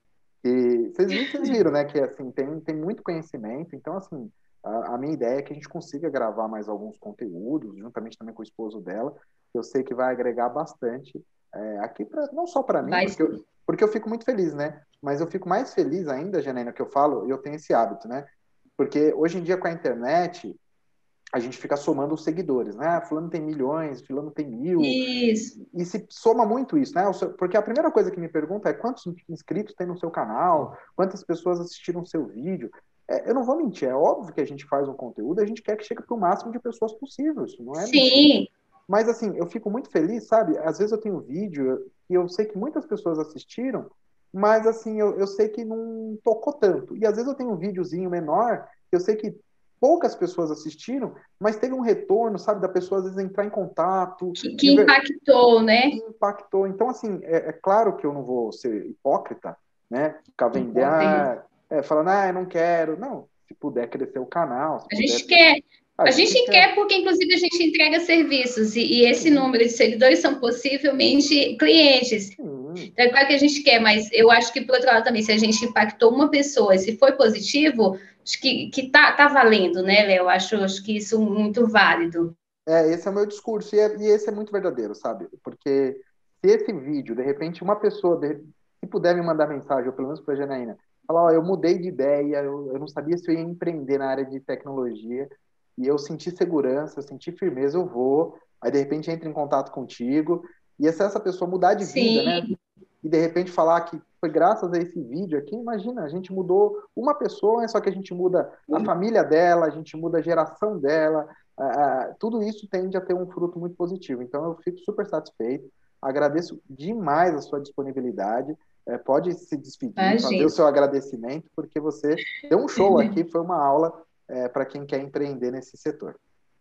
E vocês, vi- vocês viram, né, que assim, tem, tem muito conhecimento. Então, assim, a, a minha ideia é que a gente consiga gravar mais alguns conteúdos, juntamente também com o esposo dela. Eu sei que vai agregar bastante é, aqui, pra, não só para mim, Vai porque eu, sim. porque eu fico muito feliz, né? Mas eu fico mais feliz ainda, Janaína, que eu falo, eu tenho esse hábito, né? Porque hoje em dia, com a internet, a gente fica somando os seguidores, né? Ah, fulano tem milhões, fulano tem mil, Isso. e se soma muito isso, né? Porque a primeira coisa que me pergunta é quantos inscritos tem no seu canal, quantas pessoas assistiram o seu vídeo. É, eu não vou mentir, é óbvio que a gente faz um conteúdo, a gente quer que chegue para o máximo de pessoas possível, isso não é mentira. Sim. Mas assim, eu fico muito feliz, sabe? Às vezes eu tenho vídeo e eu sei que muitas pessoas assistiram, mas assim, eu, eu sei que não tocou tanto. E às vezes eu tenho um videozinho menor, eu sei que poucas pessoas assistiram, mas teve um retorno, sabe, da pessoa às vezes entrar em contato, Que, que de ver, impactou, né? que impactou. Então, assim, é, é claro que eu não vou ser hipócrita, né? Ficar vendendo, Hipócrita. ah, é, falando, ah, eu não quero. Não, se puder crescer o canal, se A puder gente ter... quer. A A gente gente quer. quer porque, inclusive, a gente entrega serviços e, e esse Sim, número de seguidores são possivelmente clientes. sim. Então, é claro que a gente quer, mas eu acho que, por outro lado, também, se a gente impactou uma pessoa, se foi positivo, acho que, que tá, tá valendo, né, Léo? Acho, acho que isso é muito válido. É, esse é o meu discurso, e, é, e esse é muito verdadeiro, sabe? Porque se esse vídeo, de repente, uma pessoa, de- se puder me mandar mensagem, ou pelo menos para a Janaína, falar, ó, eu mudei de ideia, eu, eu não sabia se eu ia empreender na área de tecnologia, e eu senti segurança, eu senti firmeza, eu vou, aí de repente entra em contato contigo, e se essa pessoa mudar de vida, né? Sim, E de repente falar que foi graças a esse vídeo aqui, imagina, a gente mudou uma pessoa, só que a gente muda a família dela, a gente muda a geração dela, uh, tudo isso tende a ter um fruto muito positivo. Então eu fico super satisfeito, agradeço demais a sua disponibilidade, uh, pode se despedir, fazer o imagina. seu agradecimento, porque você deu um show aqui, foi uma aula uh, para quem quer empreender nesse setor.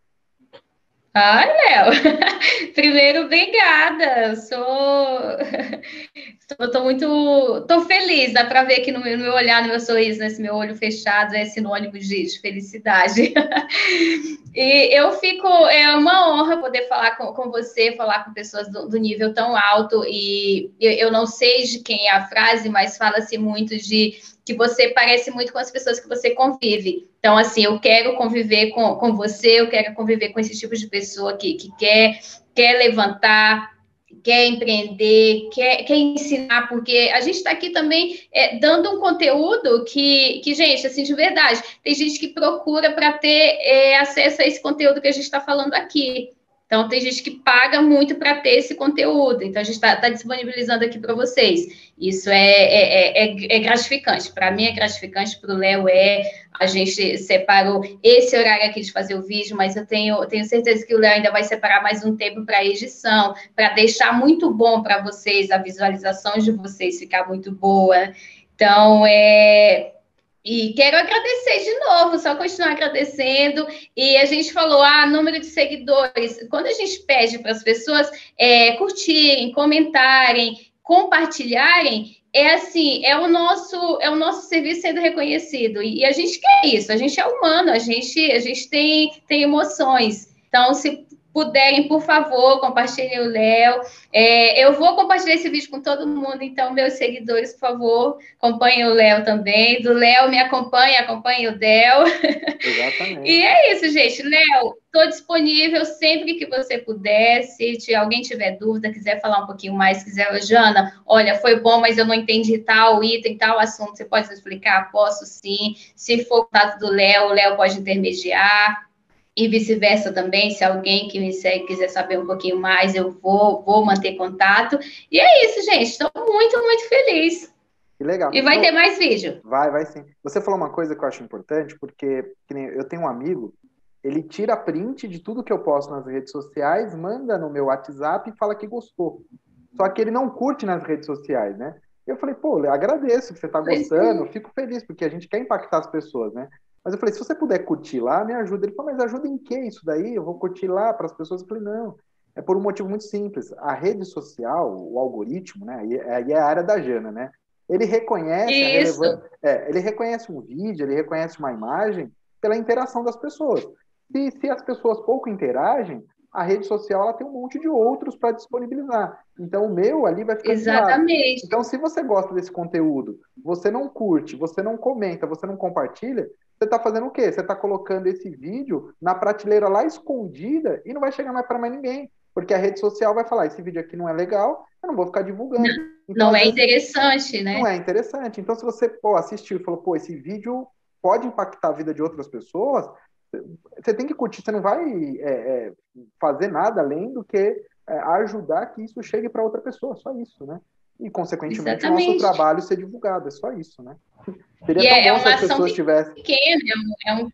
Ai, Léo, primeiro, obrigada. Eu sou. Estou muito. Tô feliz, dá para ver aqui no meu, no meu olhar, no meu sorriso, nesse meu olho fechado, é sinônimo de, de felicidade. E eu fico. É uma honra poder falar com, com você, falar com pessoas do, do nível tão alto. E eu, eu não sei de quem é a frase, mas fala-se muito de que você parece muito com as pessoas que você convive. Então, assim, eu quero conviver com, com você, eu quero conviver com esse tipo de pessoa que, que quer, quer levantar, quer empreender, quer, quer ensinar, porque a gente está aqui também é, dando um conteúdo que, que, gente, assim, de verdade, tem gente que procura para ter é, acesso a esse conteúdo que a gente está falando aqui. Então, tem gente que paga muito para ter esse conteúdo. Então, a gente está tá disponibilizando aqui para vocês. Isso é, é, é, é gratificante. Para mim é gratificante, para o Léo é. A gente separou esse horário aqui de fazer o vídeo, mas eu tenho, tenho certeza que o Léo ainda vai separar mais um tempo para edição, para deixar muito bom para vocês, a visualização de vocês ficar muito boa. Então, é... E quero agradecer de novo, só continuar agradecendo. E a gente falou, ah, número de seguidores. Quando a gente pede para as pessoas é, curtirem, comentarem, compartilharem, é assim, é o nosso, é o nosso serviço sendo reconhecido. E, e a gente quer isso, a gente é humano, a gente, a gente tem, tem emoções. Então, se puderem, por favor, compartilhem o Léo. É, eu vou compartilhar esse vídeo com todo mundo, então, meus seguidores, por favor, acompanhem o Léo também. Do Léo, me acompanhe, acompanhe o Del. Exatamente. E é isso, gente. Léo, estou disponível sempre que você puder. Se alguém tiver dúvida, quiser falar um pouquinho mais, quiser, Jana, olha, foi bom, mas eu não entendi tal item, tal assunto, você pode me explicar? Posso sim. Se for o caso do Léo, o Léo pode intermediar. E vice-versa também, se alguém que me segue quiser saber um pouquinho mais, eu vou, vou manter contato. E é isso, gente. Estou muito, muito feliz. Que legal. E vai Não, ter mais vídeo. Vai, vai sim. Você falou uma coisa que eu acho importante, porque que nem eu tenho um amigo, ele tira print de tudo que eu posto nas redes sociais, manda no meu WhatsApp e fala que gostou. Só que ele não curte nas redes sociais, né? Eu falei, pô, eu agradeço que você está gostando, fico feliz, porque a gente quer impactar as pessoas, né? Mas eu falei, se você puder curtir lá, me ajuda. Ele falou, mas ajuda em que isso daí? Eu vou curtir lá para as pessoas. Eu falei, não, é por um motivo muito simples. A rede social, o algoritmo, né? Aí é a área da Jana, né? Ele reconhece a relevância. É, ele reconhece um vídeo, ele reconhece uma imagem pela interação das pessoas. Se, se as pessoas pouco interagem, a rede social ela tem um monte de outros para disponibilizar. Então, o meu ali vai ficar Exatamente. Então, se você gosta desse conteúdo, você não curte, você não comenta, você não compartilha, você está fazendo o quê? Você está colocando esse vídeo na prateleira lá escondida e não vai chegar mais para mais ninguém. Porque a rede social vai falar, esse vídeo aqui não é legal, eu não vou ficar divulgando. Então, não é vezes, interessante, né? Não é interessante. Então, se você pô, assistiu e falou, pô, esse vídeo pode impactar a vida de outras pessoas, você tem que curtir, você não vai é, é, fazer nada além do que é, ajudar que isso chegue para outra pessoa, só isso, né? E, consequentemente, Exatamente. o nosso trabalho ser divulgado, é só isso, né? Seria e tão é, bom é uma se as ação pessoas tivessem... pequena, é um... É um...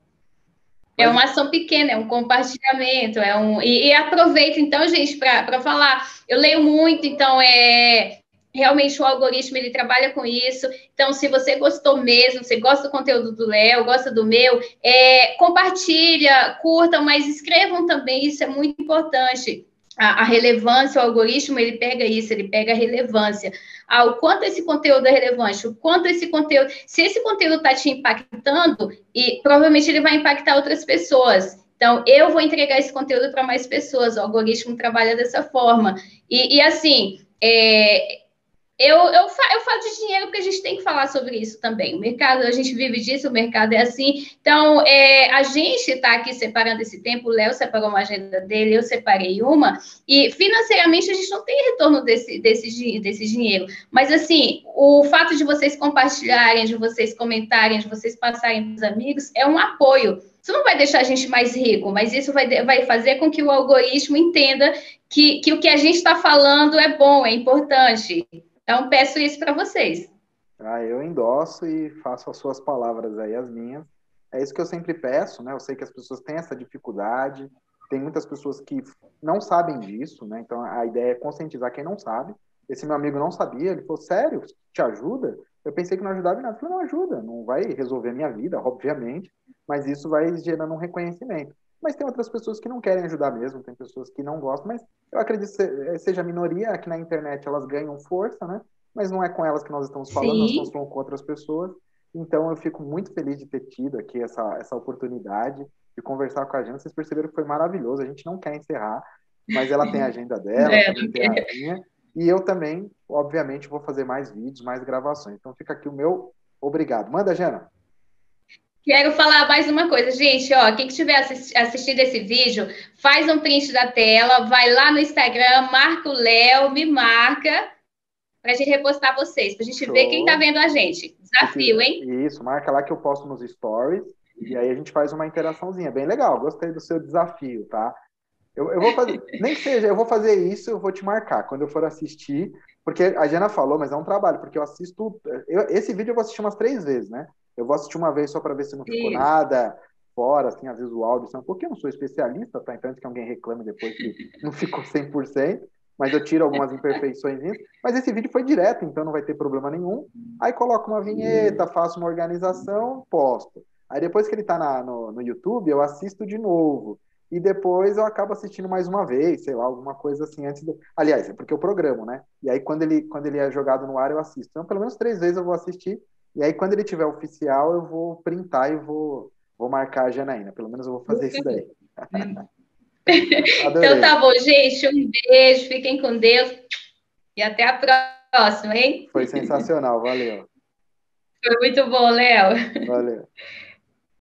É Mas... uma ação pequena, é um compartilhamento, é um... E, e aproveito, então, gente, para falar, eu leio muito, então, é... Realmente o algoritmo, ele trabalha com isso. Então, se você gostou mesmo, você gosta do conteúdo do Léo, gosta do meu, é... compartilha, curtam, mas escrevam também, isso é muito importante. A, a relevância, o algoritmo, ele pega isso, ele pega a relevância. Ah, o quanto esse conteúdo é relevante, o quanto esse conteúdo... Se esse conteúdo está te impactando, e provavelmente ele vai impactar outras pessoas. Então, eu vou entregar esse conteúdo para mais pessoas, o algoritmo trabalha dessa forma. E, e assim, é, eu, eu, fa, eu falo de dinheiro porque a gente tem que falar sobre isso também. O mercado, a gente vive disso, o mercado é assim. Então, é, a gente está aqui separando esse tempo, o Léo separou uma agenda dele, eu separei uma, e financeiramente a gente não tem retorno desse, desse, desse dinheiro. Mas, assim, o fato de vocês compartilharem, de vocês comentarem, de vocês passarem para os amigos, é um apoio. Isso não vai deixar a gente mais rico, mas isso vai, vai fazer com que o algoritmo entenda que, que o que a gente está falando é bom, é importante. Então, peço isso para vocês. Ah, eu endosso e faço as suas palavras aí, as minhas. É isso que eu sempre peço, né? Eu sei que as pessoas têm essa dificuldade, tem muitas pessoas que não sabem disso, né? Então, a ideia é conscientizar quem não sabe. Esse meu amigo não sabia, ele falou, sério? Te ajuda? Eu pensei que não ajudava em nada. Eu falei, não ajuda, não vai resolver a minha vida, obviamente, mas isso vai gerando um reconhecimento. Mas tem outras pessoas que não querem ajudar mesmo, tem pessoas que não gostam, mas eu acredito que seja a minoria, aqui na internet elas ganham força, né? Mas não é com elas que nós estamos falando, Sim. nós estamos falando com outras pessoas. Então eu fico muito feliz de ter tido aqui essa, essa oportunidade de conversar com a Jana. Vocês perceberam que foi maravilhoso, a gente não quer encerrar, mas ela tem a agenda dela, é, também tem a minha, e eu também, obviamente, vou fazer mais vídeos, mais gravações. Então fica aqui o meu obrigado. Manda, Jana! Quero falar mais uma coisa, gente, ó, quem estiver assisti assistindo esse vídeo, faz um print da tela, vai lá no Instagram, marca o Léo, me marca, para a gente repostar vocês, para a gente ver quem está Show. vendo a gente. Desafio, hein? Isso, marca lá que eu posto nos stories e aí a gente faz uma interaçãozinha. Bem legal, gostei do seu desafio, tá? Eu, eu vou fazer, nem que seja, eu vou fazer isso, eu vou te marcar quando eu for assistir, porque a Jana falou, mas é um trabalho, porque eu assisto, eu, esse vídeo eu vou assistir umas três vezes, né? Eu vou assistir uma vez só para ver se não ficou Isso. nada fora, assim, às vezes o áudio, assim, porque eu não sou especialista, tá? Então, antes que alguém reclame depois que não ficou cem por cento, mas eu tiro algumas imperfeições, mas esse vídeo foi direto, então não vai ter problema nenhum. Aí coloco uma vinheta, faço uma organização, posto. Aí depois que ele tá na, no, no YouTube, eu assisto de novo. E depois eu acabo assistindo mais uma vez, sei lá, alguma coisa assim antes do... Aliás, é porque eu programo, né? E aí quando ele, quando ele é jogado no ar, eu assisto. Então, pelo menos três vezes eu vou assistir. E aí, quando ele tiver oficial, eu vou printar e vou, vou marcar a Janaína. Pelo menos eu vou fazer isso daí. Então tá bom, gente. Um beijo, fiquem com Deus. E até a próxima, hein? Foi sensacional, valeu. Foi muito bom, Léo. Valeu.